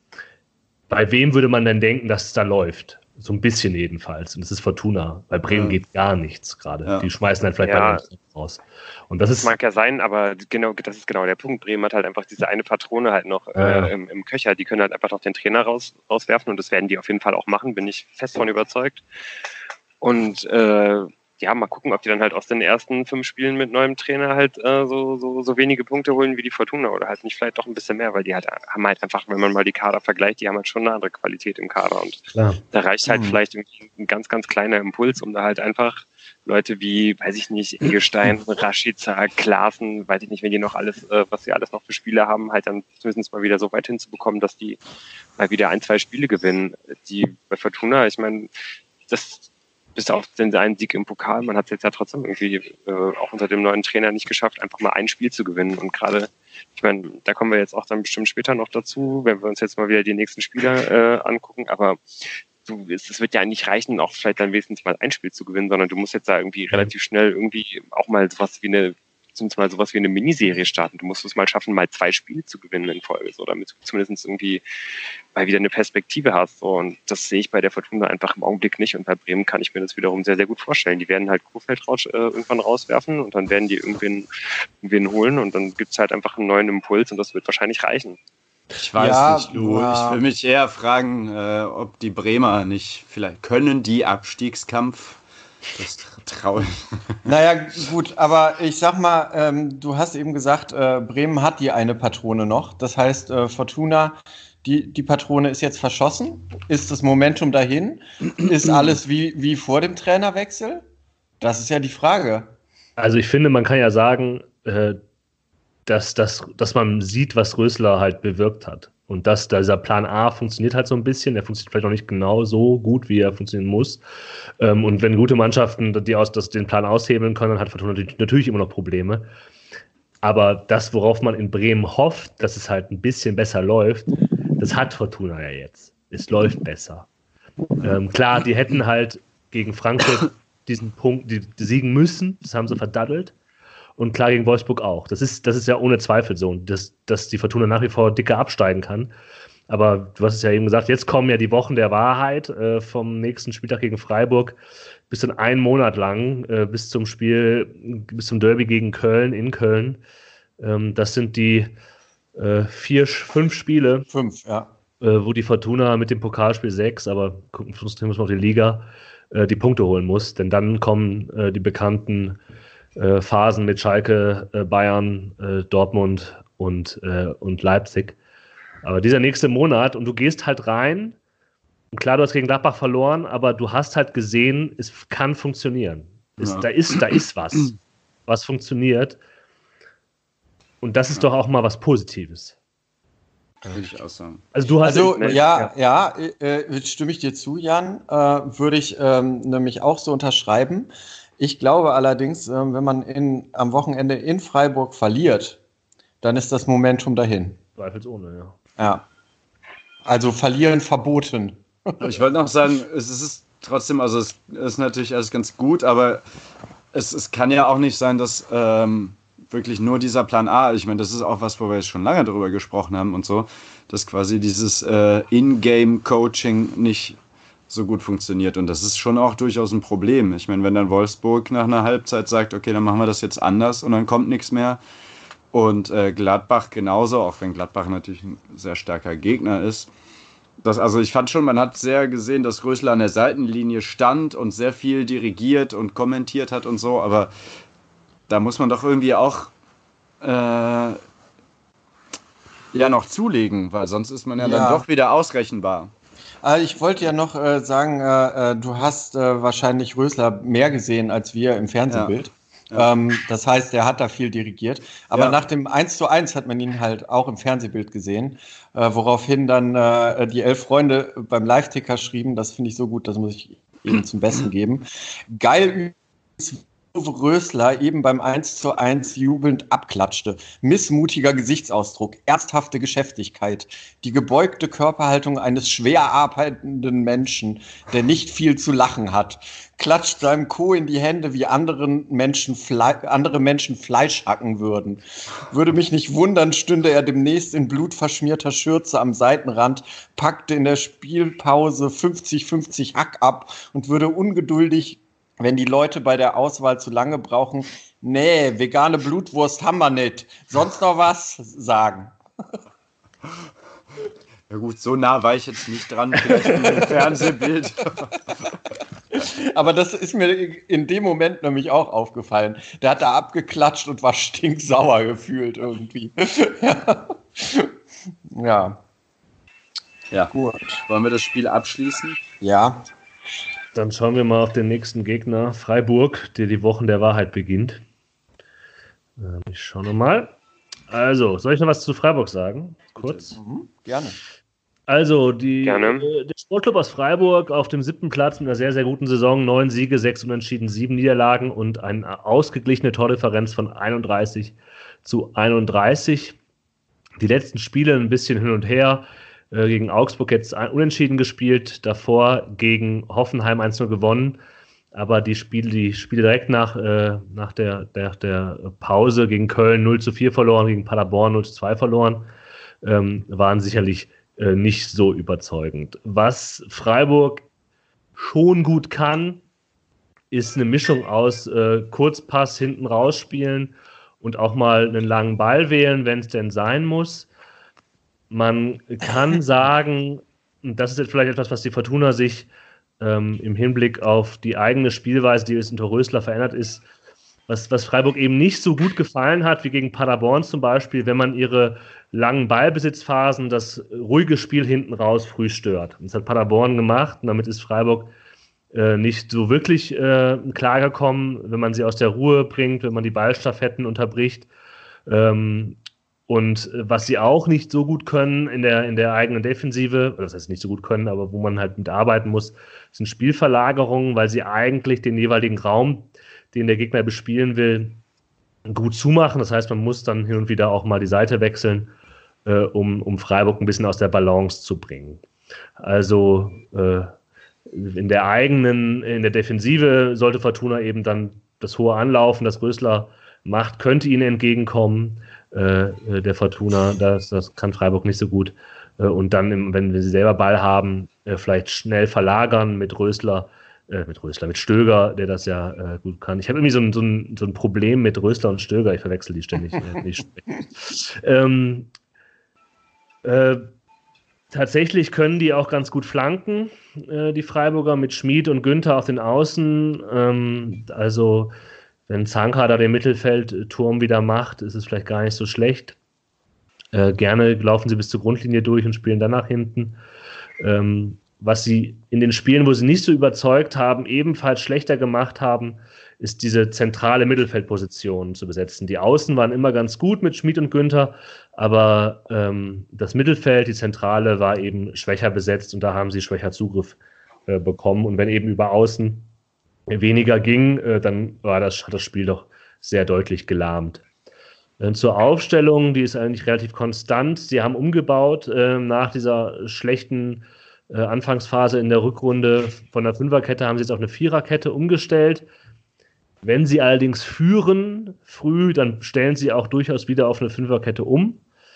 bei wem würde man denn denken, dass es da läuft? So ein bisschen jedenfalls. Und das ist Fortuna. Bei Bremen geht gar nichts gerade. Ja. Die schmeißen halt vielleicht bei uns raus. Und das mag ja sein, aber genau, das ist genau der Punkt. Bremen hat halt einfach diese eine Patrone halt noch im Köcher. Die können halt einfach noch den Trainer rauswerfen und das werden die auf jeden Fall auch machen, bin ich fest von überzeugt. Und ja, mal gucken, ob die dann halt aus den ersten 5 Spielen mit neuem Trainer halt so wenige Punkte holen wie die Fortuna oder halt nicht vielleicht doch ein bisschen mehr, weil die halt haben halt einfach, wenn man mal die Kader vergleicht, die haben halt schon eine andere Qualität im Kader und da reicht halt vielleicht irgendwie ein ganz, ganz kleiner Impuls, um da halt einfach Leute wie, weiß ich nicht, Eggestein, Rashica, Klaassen, weiß ich nicht, wenn die noch alles, was sie alles noch für Spiele haben, halt dann zumindest mal wieder so weit hinzubekommen, dass die mal wieder 1, 2 Spiele gewinnen. Die bei Fortuna, ich meine, das bis auf den einen Sieg im Pokal, man hat es jetzt ja trotzdem irgendwie auch unter dem neuen Trainer nicht geschafft, einfach mal ein Spiel zu gewinnen. Und gerade, ich meine, da kommen wir jetzt auch dann bestimmt später noch dazu, wenn wir uns jetzt mal wieder die nächsten Spieler angucken, aber es wird ja nicht reichen, auch vielleicht dann wenigstens mal ein Spiel zu gewinnen, sondern du musst jetzt da irgendwie relativ schnell irgendwie auch mal sowas wie eine Miniserie starten. Du musst es mal schaffen, mal 2 Spiele zu gewinnen in Folge, so, damit du zumindest irgendwie mal wieder eine Perspektive hast. So. Und das sehe ich bei der Fortuna einfach im Augenblick nicht. Und bei Bremen kann ich mir das wiederum sehr, sehr gut vorstellen. Die werden halt Kohfeldt irgendwann rauswerfen und dann werden die irgendwen holen und dann gibt es halt einfach einen neuen Impuls und das wird wahrscheinlich reichen. Ich weiß nicht, Lou. Ich will mich eher fragen, ob die Bremer nicht, vielleicht können die Abstiegskampf. Das traue ich. Naja, gut, aber ich sag mal, du hast eben gesagt, Bremen hat die eine Patrone noch. Das heißt, Fortuna, die Patrone ist jetzt verschossen. Ist das Momentum dahin? Ist alles wie vor dem Trainerwechsel? Das ist ja die Frage. Also ich finde, man kann ja sagen, dass man sieht, was Rösler halt bewirkt hat. Und dass dieser Plan A funktioniert halt so ein bisschen. Der funktioniert vielleicht noch nicht genau so gut, wie er funktionieren muss. Und wenn gute Mannschaften den Plan aushebeln können, dann hat Fortuna natürlich immer noch Probleme. Aber das, worauf man in Bremen hofft, dass es halt ein bisschen besser läuft, das hat Fortuna ja jetzt. Es läuft besser. Klar, die hätten halt gegen Frankfurt diesen Punkt, die siegen müssen. Das haben sie verdattelt. Und klar gegen Wolfsburg auch. Das ist ja ohne Zweifel so, dass die Fortuna nach wie vor dicker absteigen kann. Aber du hast es ja eben gesagt, jetzt kommen ja die Wochen der Wahrheit vom nächsten Spieltag gegen Freiburg bis in einen Monat lang, bis zum Derby gegen Köln, in Köln. Das sind die 5 Spiele. 5, ja. Wo die Fortuna mit dem Pokalspiel 6, aber konzentrieren wir uns mal auf die Liga, die Punkte holen muss. Denn dann kommen die bekannten Phasen mit Schalke, Bayern, Dortmund und Leipzig. Aber dieser nächste Monat, und du gehst halt rein, und klar, du hast gegen Gladbach verloren, aber du hast halt gesehen, es kann funktionieren. Da ist was funktioniert. Und das ist doch auch mal was Positives. Würde ich auch sagen. Stimme ich dir zu, Jan. Würde ich nämlich auch so unterschreiben. Ich glaube allerdings, wenn man am Wochenende in Freiburg verliert, dann ist das Momentum dahin. Zweifelsohne, ja. Ja. Also verlieren verboten. Ich wollte noch sagen, es ist trotzdem, also es ist natürlich alles ganz gut, aber es kann ja auch nicht sein, dass wirklich nur dieser Plan A, ich meine, das ist auch was, wo wir jetzt schon lange drüber gesprochen haben und so, dass quasi dieses In-Game-Coaching nicht so gut funktioniert. Und das ist schon auch durchaus ein Problem. Ich meine, wenn dann Wolfsburg nach einer Halbzeit sagt, okay, dann machen wir das jetzt anders und dann kommt nichts mehr. Und Gladbach genauso, auch wenn Gladbach natürlich ein sehr starker Gegner ist. Also ich fand schon, man hat sehr gesehen, dass Rösler an der Seitenlinie stand und sehr viel dirigiert und kommentiert hat und so, aber da muss man doch irgendwie auch noch zulegen, weil sonst ist man ja dann doch wieder ausrechenbar. Ich wollte ja noch sagen, du hast wahrscheinlich Rösler mehr gesehen als wir im Fernsehbild. Ja. Das heißt, er hat da viel dirigiert. Aber nach dem 1:1 hat man ihn halt auch im Fernsehbild gesehen, woraufhin dann die 11 Freunde beim Live-Ticker schrieben, das finde ich so gut, das muss ich Ihnen zum Besten geben. Geil übrigens, Rösler eben beim 1:1 jubelnd abklatschte. Missmutiger Gesichtsausdruck, ernsthafte Geschäftigkeit, die gebeugte Körperhaltung eines schwer arbeitenden Menschen, der nicht viel zu lachen hat, klatscht seinem Co. in die Hände, wie andere Menschen Fleisch hacken würden. Würde mich nicht wundern, stünde er demnächst in blutverschmierter Schürze am Seitenrand, packte in der Spielpause 50-50 Hack ab und würde ungeduldig, wenn die Leute bei der Auswahl zu lange brauchen, nee, vegane Blutwurst haben wir nicht. Sonst noch was sagen. Ja gut, so nah war ich jetzt nicht dran, vielleicht in dem Fernsehbild. Aber das ist mir in dem Moment nämlich auch aufgefallen. Der hat da abgeklatscht und war stinksauer gefühlt irgendwie. Ja. Gut. Wollen wir das Spiel abschließen? Ja. Dann schauen wir mal auf den nächsten Gegner, Freiburg, der die Wochen der Wahrheit beginnt. Ich schaue nochmal. Also, soll ich noch was zu Freiburg sagen? Kurz. Gerne. Also, der Sportclub aus Freiburg auf dem 7. Platz mit einer sehr, sehr guten Saison. 9 Siege, 6 Unentschieden, 7 Niederlagen und eine ausgeglichene Tordifferenz von 31:31. Die letzten Spiele ein bisschen hin und her. Gegen Augsburg jetzt unentschieden gespielt, davor gegen Hoffenheim 1:0 gewonnen, aber die Spiele direkt nach der Pause gegen Köln 0:4 verloren, gegen Paderborn 0:2 verloren, waren sicherlich nicht so überzeugend. Was Freiburg schon gut kann, ist eine Mischung aus Kurzpass hinten rausspielen und auch mal einen langen Ball wählen, wenn es denn sein muss. Man kann sagen, und das ist jetzt vielleicht etwas, was die Fortuna sich im Hinblick auf die eigene Spielweise, die jetzt unter Rösler verändert ist, was Freiburg eben nicht so gut gefallen hat, wie gegen Paderborn zum Beispiel, wenn man ihre langen Ballbesitzphasen, das ruhige Spiel hinten raus früh stört. Das hat Paderborn gemacht und damit ist Freiburg nicht so wirklich klargekommen, wenn man sie aus der Ruhe bringt, wenn man die Ballstaffetten unterbricht. Und was sie auch nicht so gut können in der eigenen Defensive, das heißt nicht so gut können, aber wo man halt mitarbeiten muss, sind Spielverlagerungen, weil sie eigentlich den jeweiligen Raum, den der Gegner bespielen will, gut zumachen. Das heißt, man muss dann hin und wieder auch mal die Seite wechseln, um Freiburg ein bisschen aus der Balance zu bringen. Also in der Defensive sollte Fortuna eben dann das hohe Anlaufen, das Rösler macht, könnte ihnen entgegenkommen, der Fortuna, das kann Freiburg nicht so gut. Und dann, wenn sie selber Ball haben, vielleicht schnell verlagern mit Stöger, der das ja gut kann. Ich habe irgendwie so ein Problem mit Rösler und Stöger, ich verwechsel die ständig. Tatsächlich können die auch ganz gut flanken, die Freiburger, mit Schmid und Günther auf den Außen. Also wenn Zanka da den Mittelfeldturm wieder macht, ist es vielleicht gar nicht so schlecht. Gerne laufen sie bis zur Grundlinie durch und spielen dann nach hinten. Was sie in den Spielen, wo sie nicht so überzeugt haben, ebenfalls schlechter gemacht haben, ist diese zentrale Mittelfeldposition zu besetzen. Die Außen waren immer ganz gut mit Schmid und Günther, aber das Mittelfeld, die Zentrale, war eben schwächer besetzt und da haben sie schwächer Zugriff bekommen. Und wenn eben über Außen weniger ging, dann hat das Spiel doch sehr deutlich gelahmt. Zur Aufstellung, die ist eigentlich relativ konstant. Sie haben umgebaut nach dieser schlechten Anfangsphase in der Rückrunde. Von der Fünferkette haben sie jetzt auf eine Viererkette umgestellt. Wenn sie allerdings führen früh, dann stellen sie auch durchaus wieder auf eine Fünferkette um.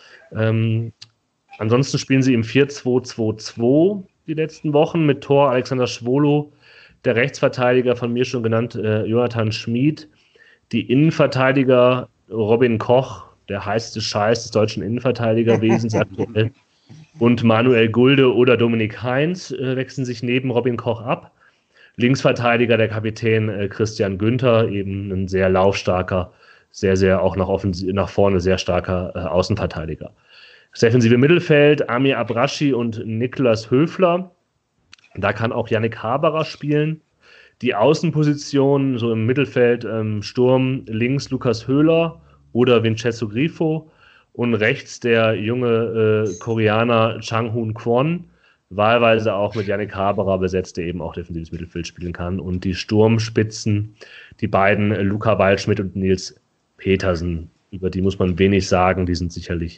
Ansonsten spielen sie im 4-2-2-2 die letzten Wochen mit Tor Alexander Schwolo, der Rechtsverteidiger von mir schon genannt, Jonathan Schmid, die Innenverteidiger Robin Koch, der heißeste Scheiß des deutschen Innenverteidigerwesens aktuell, und Manuel Gulde oder Dominik Heinz wechseln sich neben Robin Koch ab. Linksverteidiger der Kapitän Christian Günther, eben ein sehr laufstarker, sehr auch nach vorne sehr starker Außenverteidiger. Das defensive Mittelfeld, Amir Abraschi und Niklas Höfler. Da kann auch Yannick Haberer spielen. Die Außenposition, so im Mittelfeld, Sturm, links Lukas Höhler oder Vincenzo Grifo und rechts der junge Koreaner Chang-Hoon Kwon, wahlweise auch mit Yannick Haberer besetzt, der eben auch defensives Mittelfeld spielen kann. Und die Sturmspitzen, die beiden Luca Waldschmidt und Nils Petersen, über die muss man wenig sagen, die sind sicherlich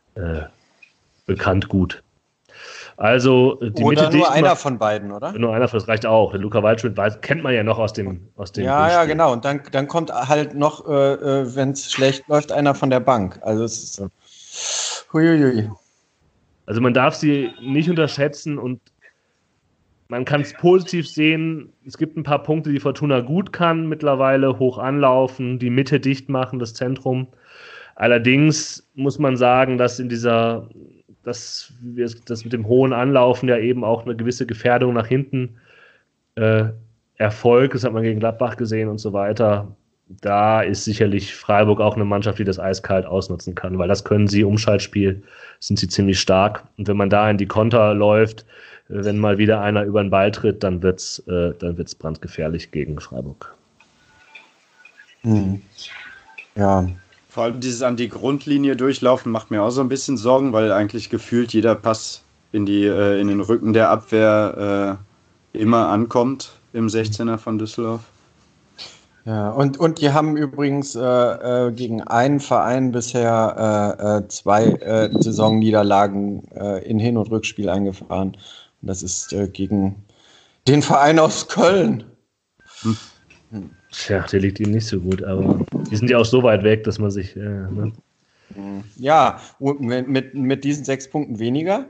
bekannt gut. Also die oder Mitte nur einer von beiden, oder? Nur einer, das reicht auch. Der Luca Waldschmidt kennt man ja noch aus dem Ja, genau. Und dann kommt halt noch, wenn es schlecht läuft, einer von der Bank. Also es ist huiuiui. Also man darf sie nicht unterschätzen und man kann es positiv sehen. Es gibt ein paar Punkte, die Fortuna gut kann mittlerweile, hoch anlaufen, die Mitte dicht machen, das Zentrum. Allerdings muss man sagen, dass das mit dem hohen Anlaufen ja eben auch eine gewisse Gefährdung nach hinten erfolgt. Das hat man gegen Gladbach gesehen und so weiter. Da ist sicherlich Freiburg auch eine Mannschaft, die das eiskalt ausnutzen kann, weil das können sie, Umschaltspiel sind sie ziemlich stark. Und wenn man da in die Konter läuft, wenn mal wieder einer über den Ball tritt, dann wird's brandgefährlich gegen Freiburg. Ja. Vor allem dieses an die Grundlinie durchlaufen macht mir auch so ein bisschen Sorgen, weil eigentlich gefühlt jeder Pass in den Rücken der Abwehr immer ankommt im 16er von Düsseldorf. Ja, und die haben übrigens gegen einen Verein bisher 2 Saisonniederlagen in Hin- und Rückspiel eingefahren. Und das ist gegen den Verein aus Köln. Tja, der liegt ihnen nicht so gut, aber die sind ja auch so weit weg, dass man sich... Ja, mit diesen 6 Punkten weniger.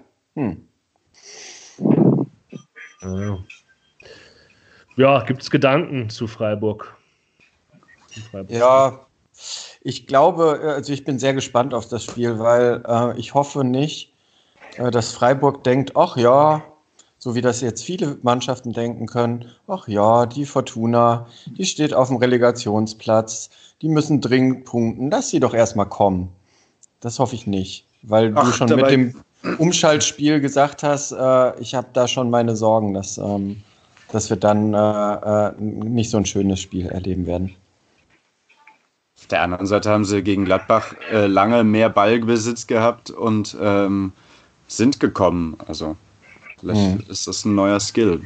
Ja, gibt es Gedanken zu Freiburg? Ja, ich glaube, also ich bin sehr gespannt auf das Spiel, weil ich hoffe nicht, dass Freiburg denkt, ach ja, so wie das jetzt viele Mannschaften denken können, ach ja, die Fortuna, die steht auf dem Relegationsplatz, die müssen dringend punkten, lass sie doch erstmal kommen. Das hoffe ich nicht, weil du schon mit dem Umschaltspiel gesagt hast, ich habe da schon meine Sorgen, dass wir dann nicht so ein schönes Spiel erleben werden. Auf der anderen Seite haben sie gegen Gladbach lange mehr Ballbesitz gehabt und sind gekommen. Also vielleicht ist das ein neuer Skill.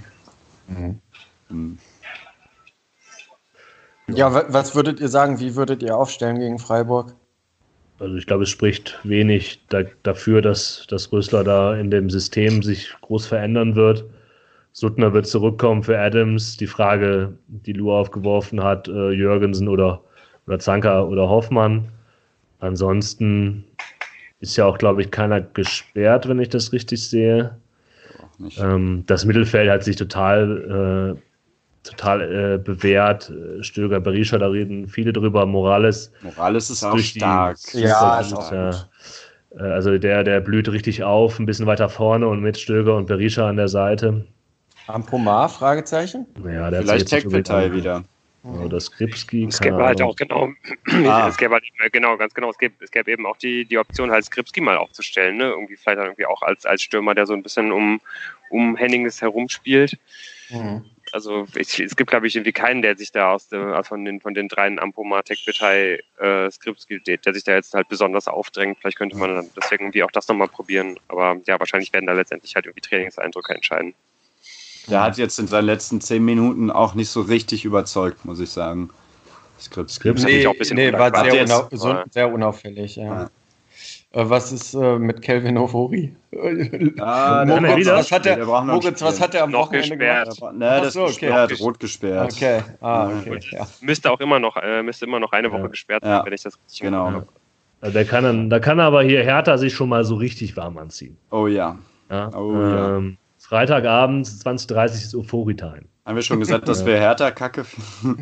Ja, was würdet ihr sagen? Wie würdet ihr aufstellen gegen Freiburg? Also ich glaube, es spricht wenig dafür, dass Rösler da in dem System sich groß verändern wird, Suttner wird zurückkommen für Adams. Die Frage, die Lou aufgeworfen hat, Jürgensen oder Zanka oder Hoffmann. Ansonsten ist ja auch, glaube ich, keiner gesperrt, wenn ich das richtig sehe. Auch nicht. Das Mittelfeld hat sich total bewährt. Stöger, Berisha, da reden viele drüber. Morales ist auch stark. Ja, ist auch gut. Also der blüht richtig auf, ein bisschen weiter vorne und mit Stöger und Berisha an der Seite. Ampomar, Fragezeichen? Ja, der Vielleicht Tech-Partei wieder. Oder Skripski. Es gäbe halt auch es gäbe halt ganz genau, es gäbe eben auch die Option, halt Skripski mal aufzustellen, ne? Irgendwie vielleicht irgendwie auch als Stürmer, der so ein bisschen um Henniges herumspielt. Mhm. Also es gibt, glaube ich, irgendwie keinen, der sich da von den dreien Ampomar, Tech-Partei, Skripski, der sich da jetzt halt besonders aufdrängt. Vielleicht könnte man dann deswegen irgendwie auch das nochmal probieren. Aber ja, wahrscheinlich werden da letztendlich halt irgendwie Trainingseindrücke entscheiden. Der hat jetzt in seinen letzten 10 Minuten auch nicht so richtig überzeugt, muss ich sagen. Skripski auch ein bisschen war sehr unauffällig. Ja. Was ist mit Kelvin Ofori? Was hat er am noch Wochenende gesperrt gemacht? Ne, das ist gesperrt, rot gesperrt. Okay, okay. Ja. Müsste immer noch eine Woche gesperrt sein, wenn ich das richtig genau. Da kann aber hier Hertha sich schon mal so richtig warm anziehen. Oh ja. Freitagabend 20:30 ist Euphorie-Time. Haben wir schon gesagt, dass wir Hertha kacke finden?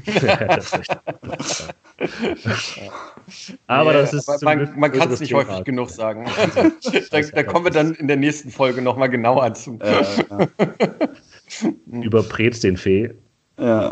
Aber das ist man kann es nicht häufig genug sagen. Da kommen wir dann in der nächsten Folge nochmal genauer zu. Über Preetz den Fee. Ja.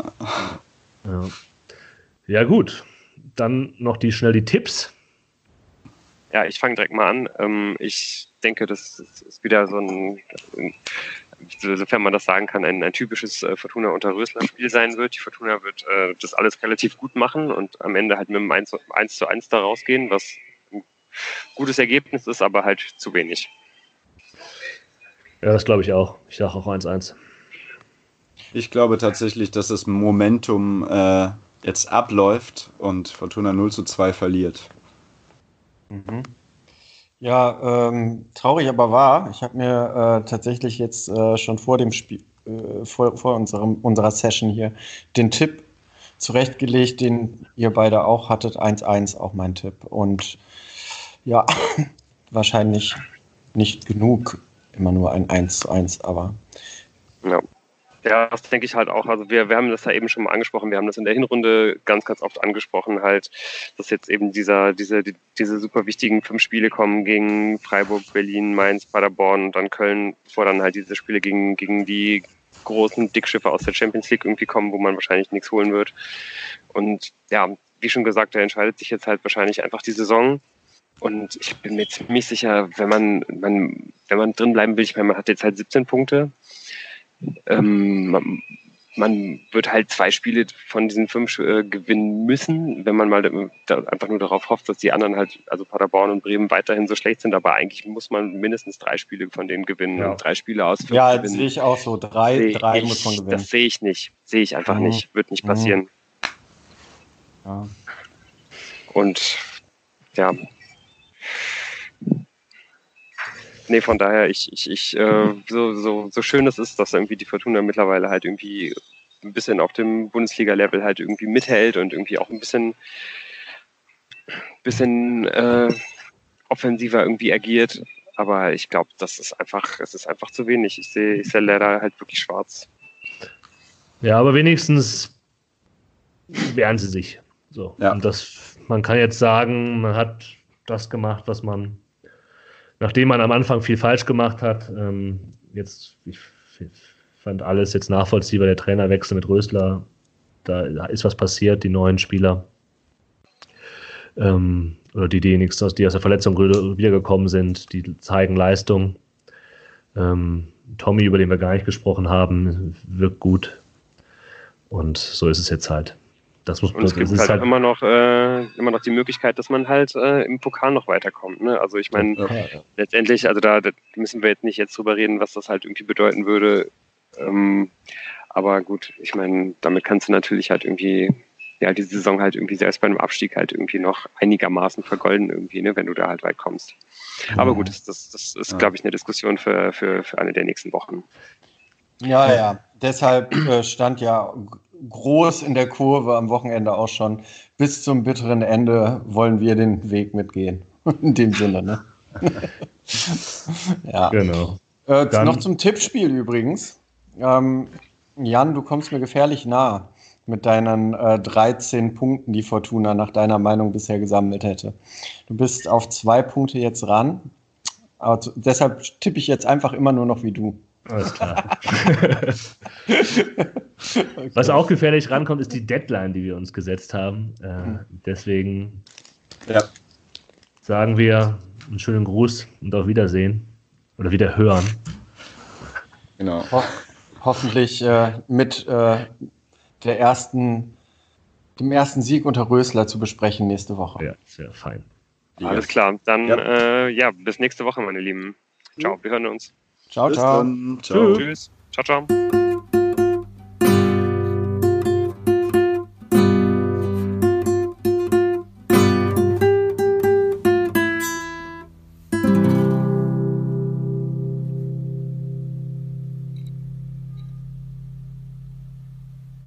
Ja gut, dann noch schnell die Tipps. Ja, ich fange direkt mal an. Ich denke, das ist wieder so sofern man das sagen kann, ein typisches Fortuna unter Rösler-Spiel sein wird. Die Fortuna wird das alles relativ gut machen und am Ende halt mit einem 1:1 da rausgehen, was ein gutes Ergebnis ist, aber halt zu wenig. Ja, das glaube ich auch. Ich sage auch 1:1. Ich glaube tatsächlich, dass das Momentum jetzt abläuft und Fortuna 0:2 verliert. Mhm. Ja, traurig aber wahr. Ich habe mir tatsächlich jetzt schon vor dem Spiel, vor unserer Session hier, den Tipp zurechtgelegt, den ihr beide auch hattet. 1:1 auch mein Tipp. Und ja, wahrscheinlich nicht genug, immer nur ein 1:1, aber. Ja, das denke ich halt auch. Also wir haben das ja eben schon mal angesprochen. Wir haben das in der Hinrunde ganz, ganz oft angesprochen, halt, dass jetzt eben diese super wichtigen 5 Spiele kommen gegen Freiburg, Berlin, Mainz, Paderborn und dann Köln, bevor dann halt diese Spiele gegen die großen Dickschiffe aus der Champions League irgendwie kommen, wo man wahrscheinlich nichts holen wird. Und ja, wie schon gesagt, da entscheidet sich jetzt halt wahrscheinlich einfach die Saison. Und ich bin mir ziemlich sicher, wenn man drin bleiben will, ich meine, man hat jetzt halt 17 Punkte. Man wird halt 2 Spiele von diesen 5 gewinnen müssen, wenn man mal einfach nur darauf hofft, dass die anderen halt, also Paderborn und Bremen, weiterhin so schlecht sind, aber eigentlich muss man mindestens 3 Spiele von denen gewinnen. Ja. 3 Spiele aus 5 ja, gewinnen. sehe ich auch so. 3 muss man gewinnen. Das sehe ich nicht. Sehe ich einfach nicht. Wird nicht passieren. Ja. Und ja. Nee, von daher, so schön es ist, dass irgendwie die Fortuna mittlerweile halt irgendwie ein bisschen auf dem Bundesliga-Level halt irgendwie mithält und irgendwie auch ein bisschen offensiver irgendwie agiert. Aber ich glaube, es ist einfach zu wenig. Ich sehe leider halt wirklich schwarz. Ja, aber wenigstens wehren sie sich. So. Ja. Und man kann jetzt sagen, man hat das gemacht, was man, nachdem man am Anfang viel falsch gemacht hat, ich fand alles jetzt nachvollziehbar, der Trainerwechsel mit Rösler, da ist was passiert, die neuen Spieler, oder die aus der Verletzung wiedergekommen sind, die zeigen Leistung. Tommy, über den wir gar nicht gesprochen haben, wirkt gut. Und so ist es jetzt halt. Und es gibt halt immer noch die Möglichkeit, dass man halt im Pokal noch weiterkommt. Ne? Also ich meine, letztendlich, also da müssen wir jetzt nicht drüber reden, was das halt irgendwie bedeuten würde. Aber gut, ich meine, damit kannst du natürlich halt irgendwie, ja, die Saison halt irgendwie selbst bei einem Abstieg halt irgendwie noch einigermaßen vergolden irgendwie, ne, wenn du da halt weit kommst. Aber gut, das ist, glaube ich, eine Diskussion für eine der nächsten Wochen. Ja. Deshalb stand ja groß in der Kurve am Wochenende auch schon. Bis zum bitteren Ende wollen wir den Weg mitgehen. In dem Sinne, ne? Ja. Genau. Noch zum Tippspiel übrigens. Jan, du kommst mir gefährlich nah mit deinen 13 Punkten, die Fortuna nach deiner Meinung bisher gesammelt hätte. Du bist auf 2 Punkte jetzt ran. Also, deshalb tippe ich jetzt einfach immer nur noch wie du. Alles klar. Okay. Was auch gefährlich rankommt, ist die Deadline, die wir uns gesetzt haben. Deswegen sagen wir einen schönen Gruß und auf Wiedersehen oder Wiederhören. Genau. Hoffentlich mit dem ersten Sieg unter Rösler zu besprechen nächste Woche. Ja, sehr fein. Alles klar. Dann bis nächste Woche, meine Lieben. Ciao, wir hören uns. Ciao, ciao. Bis dann. Ciao. Tschüss. Ciao, ciao.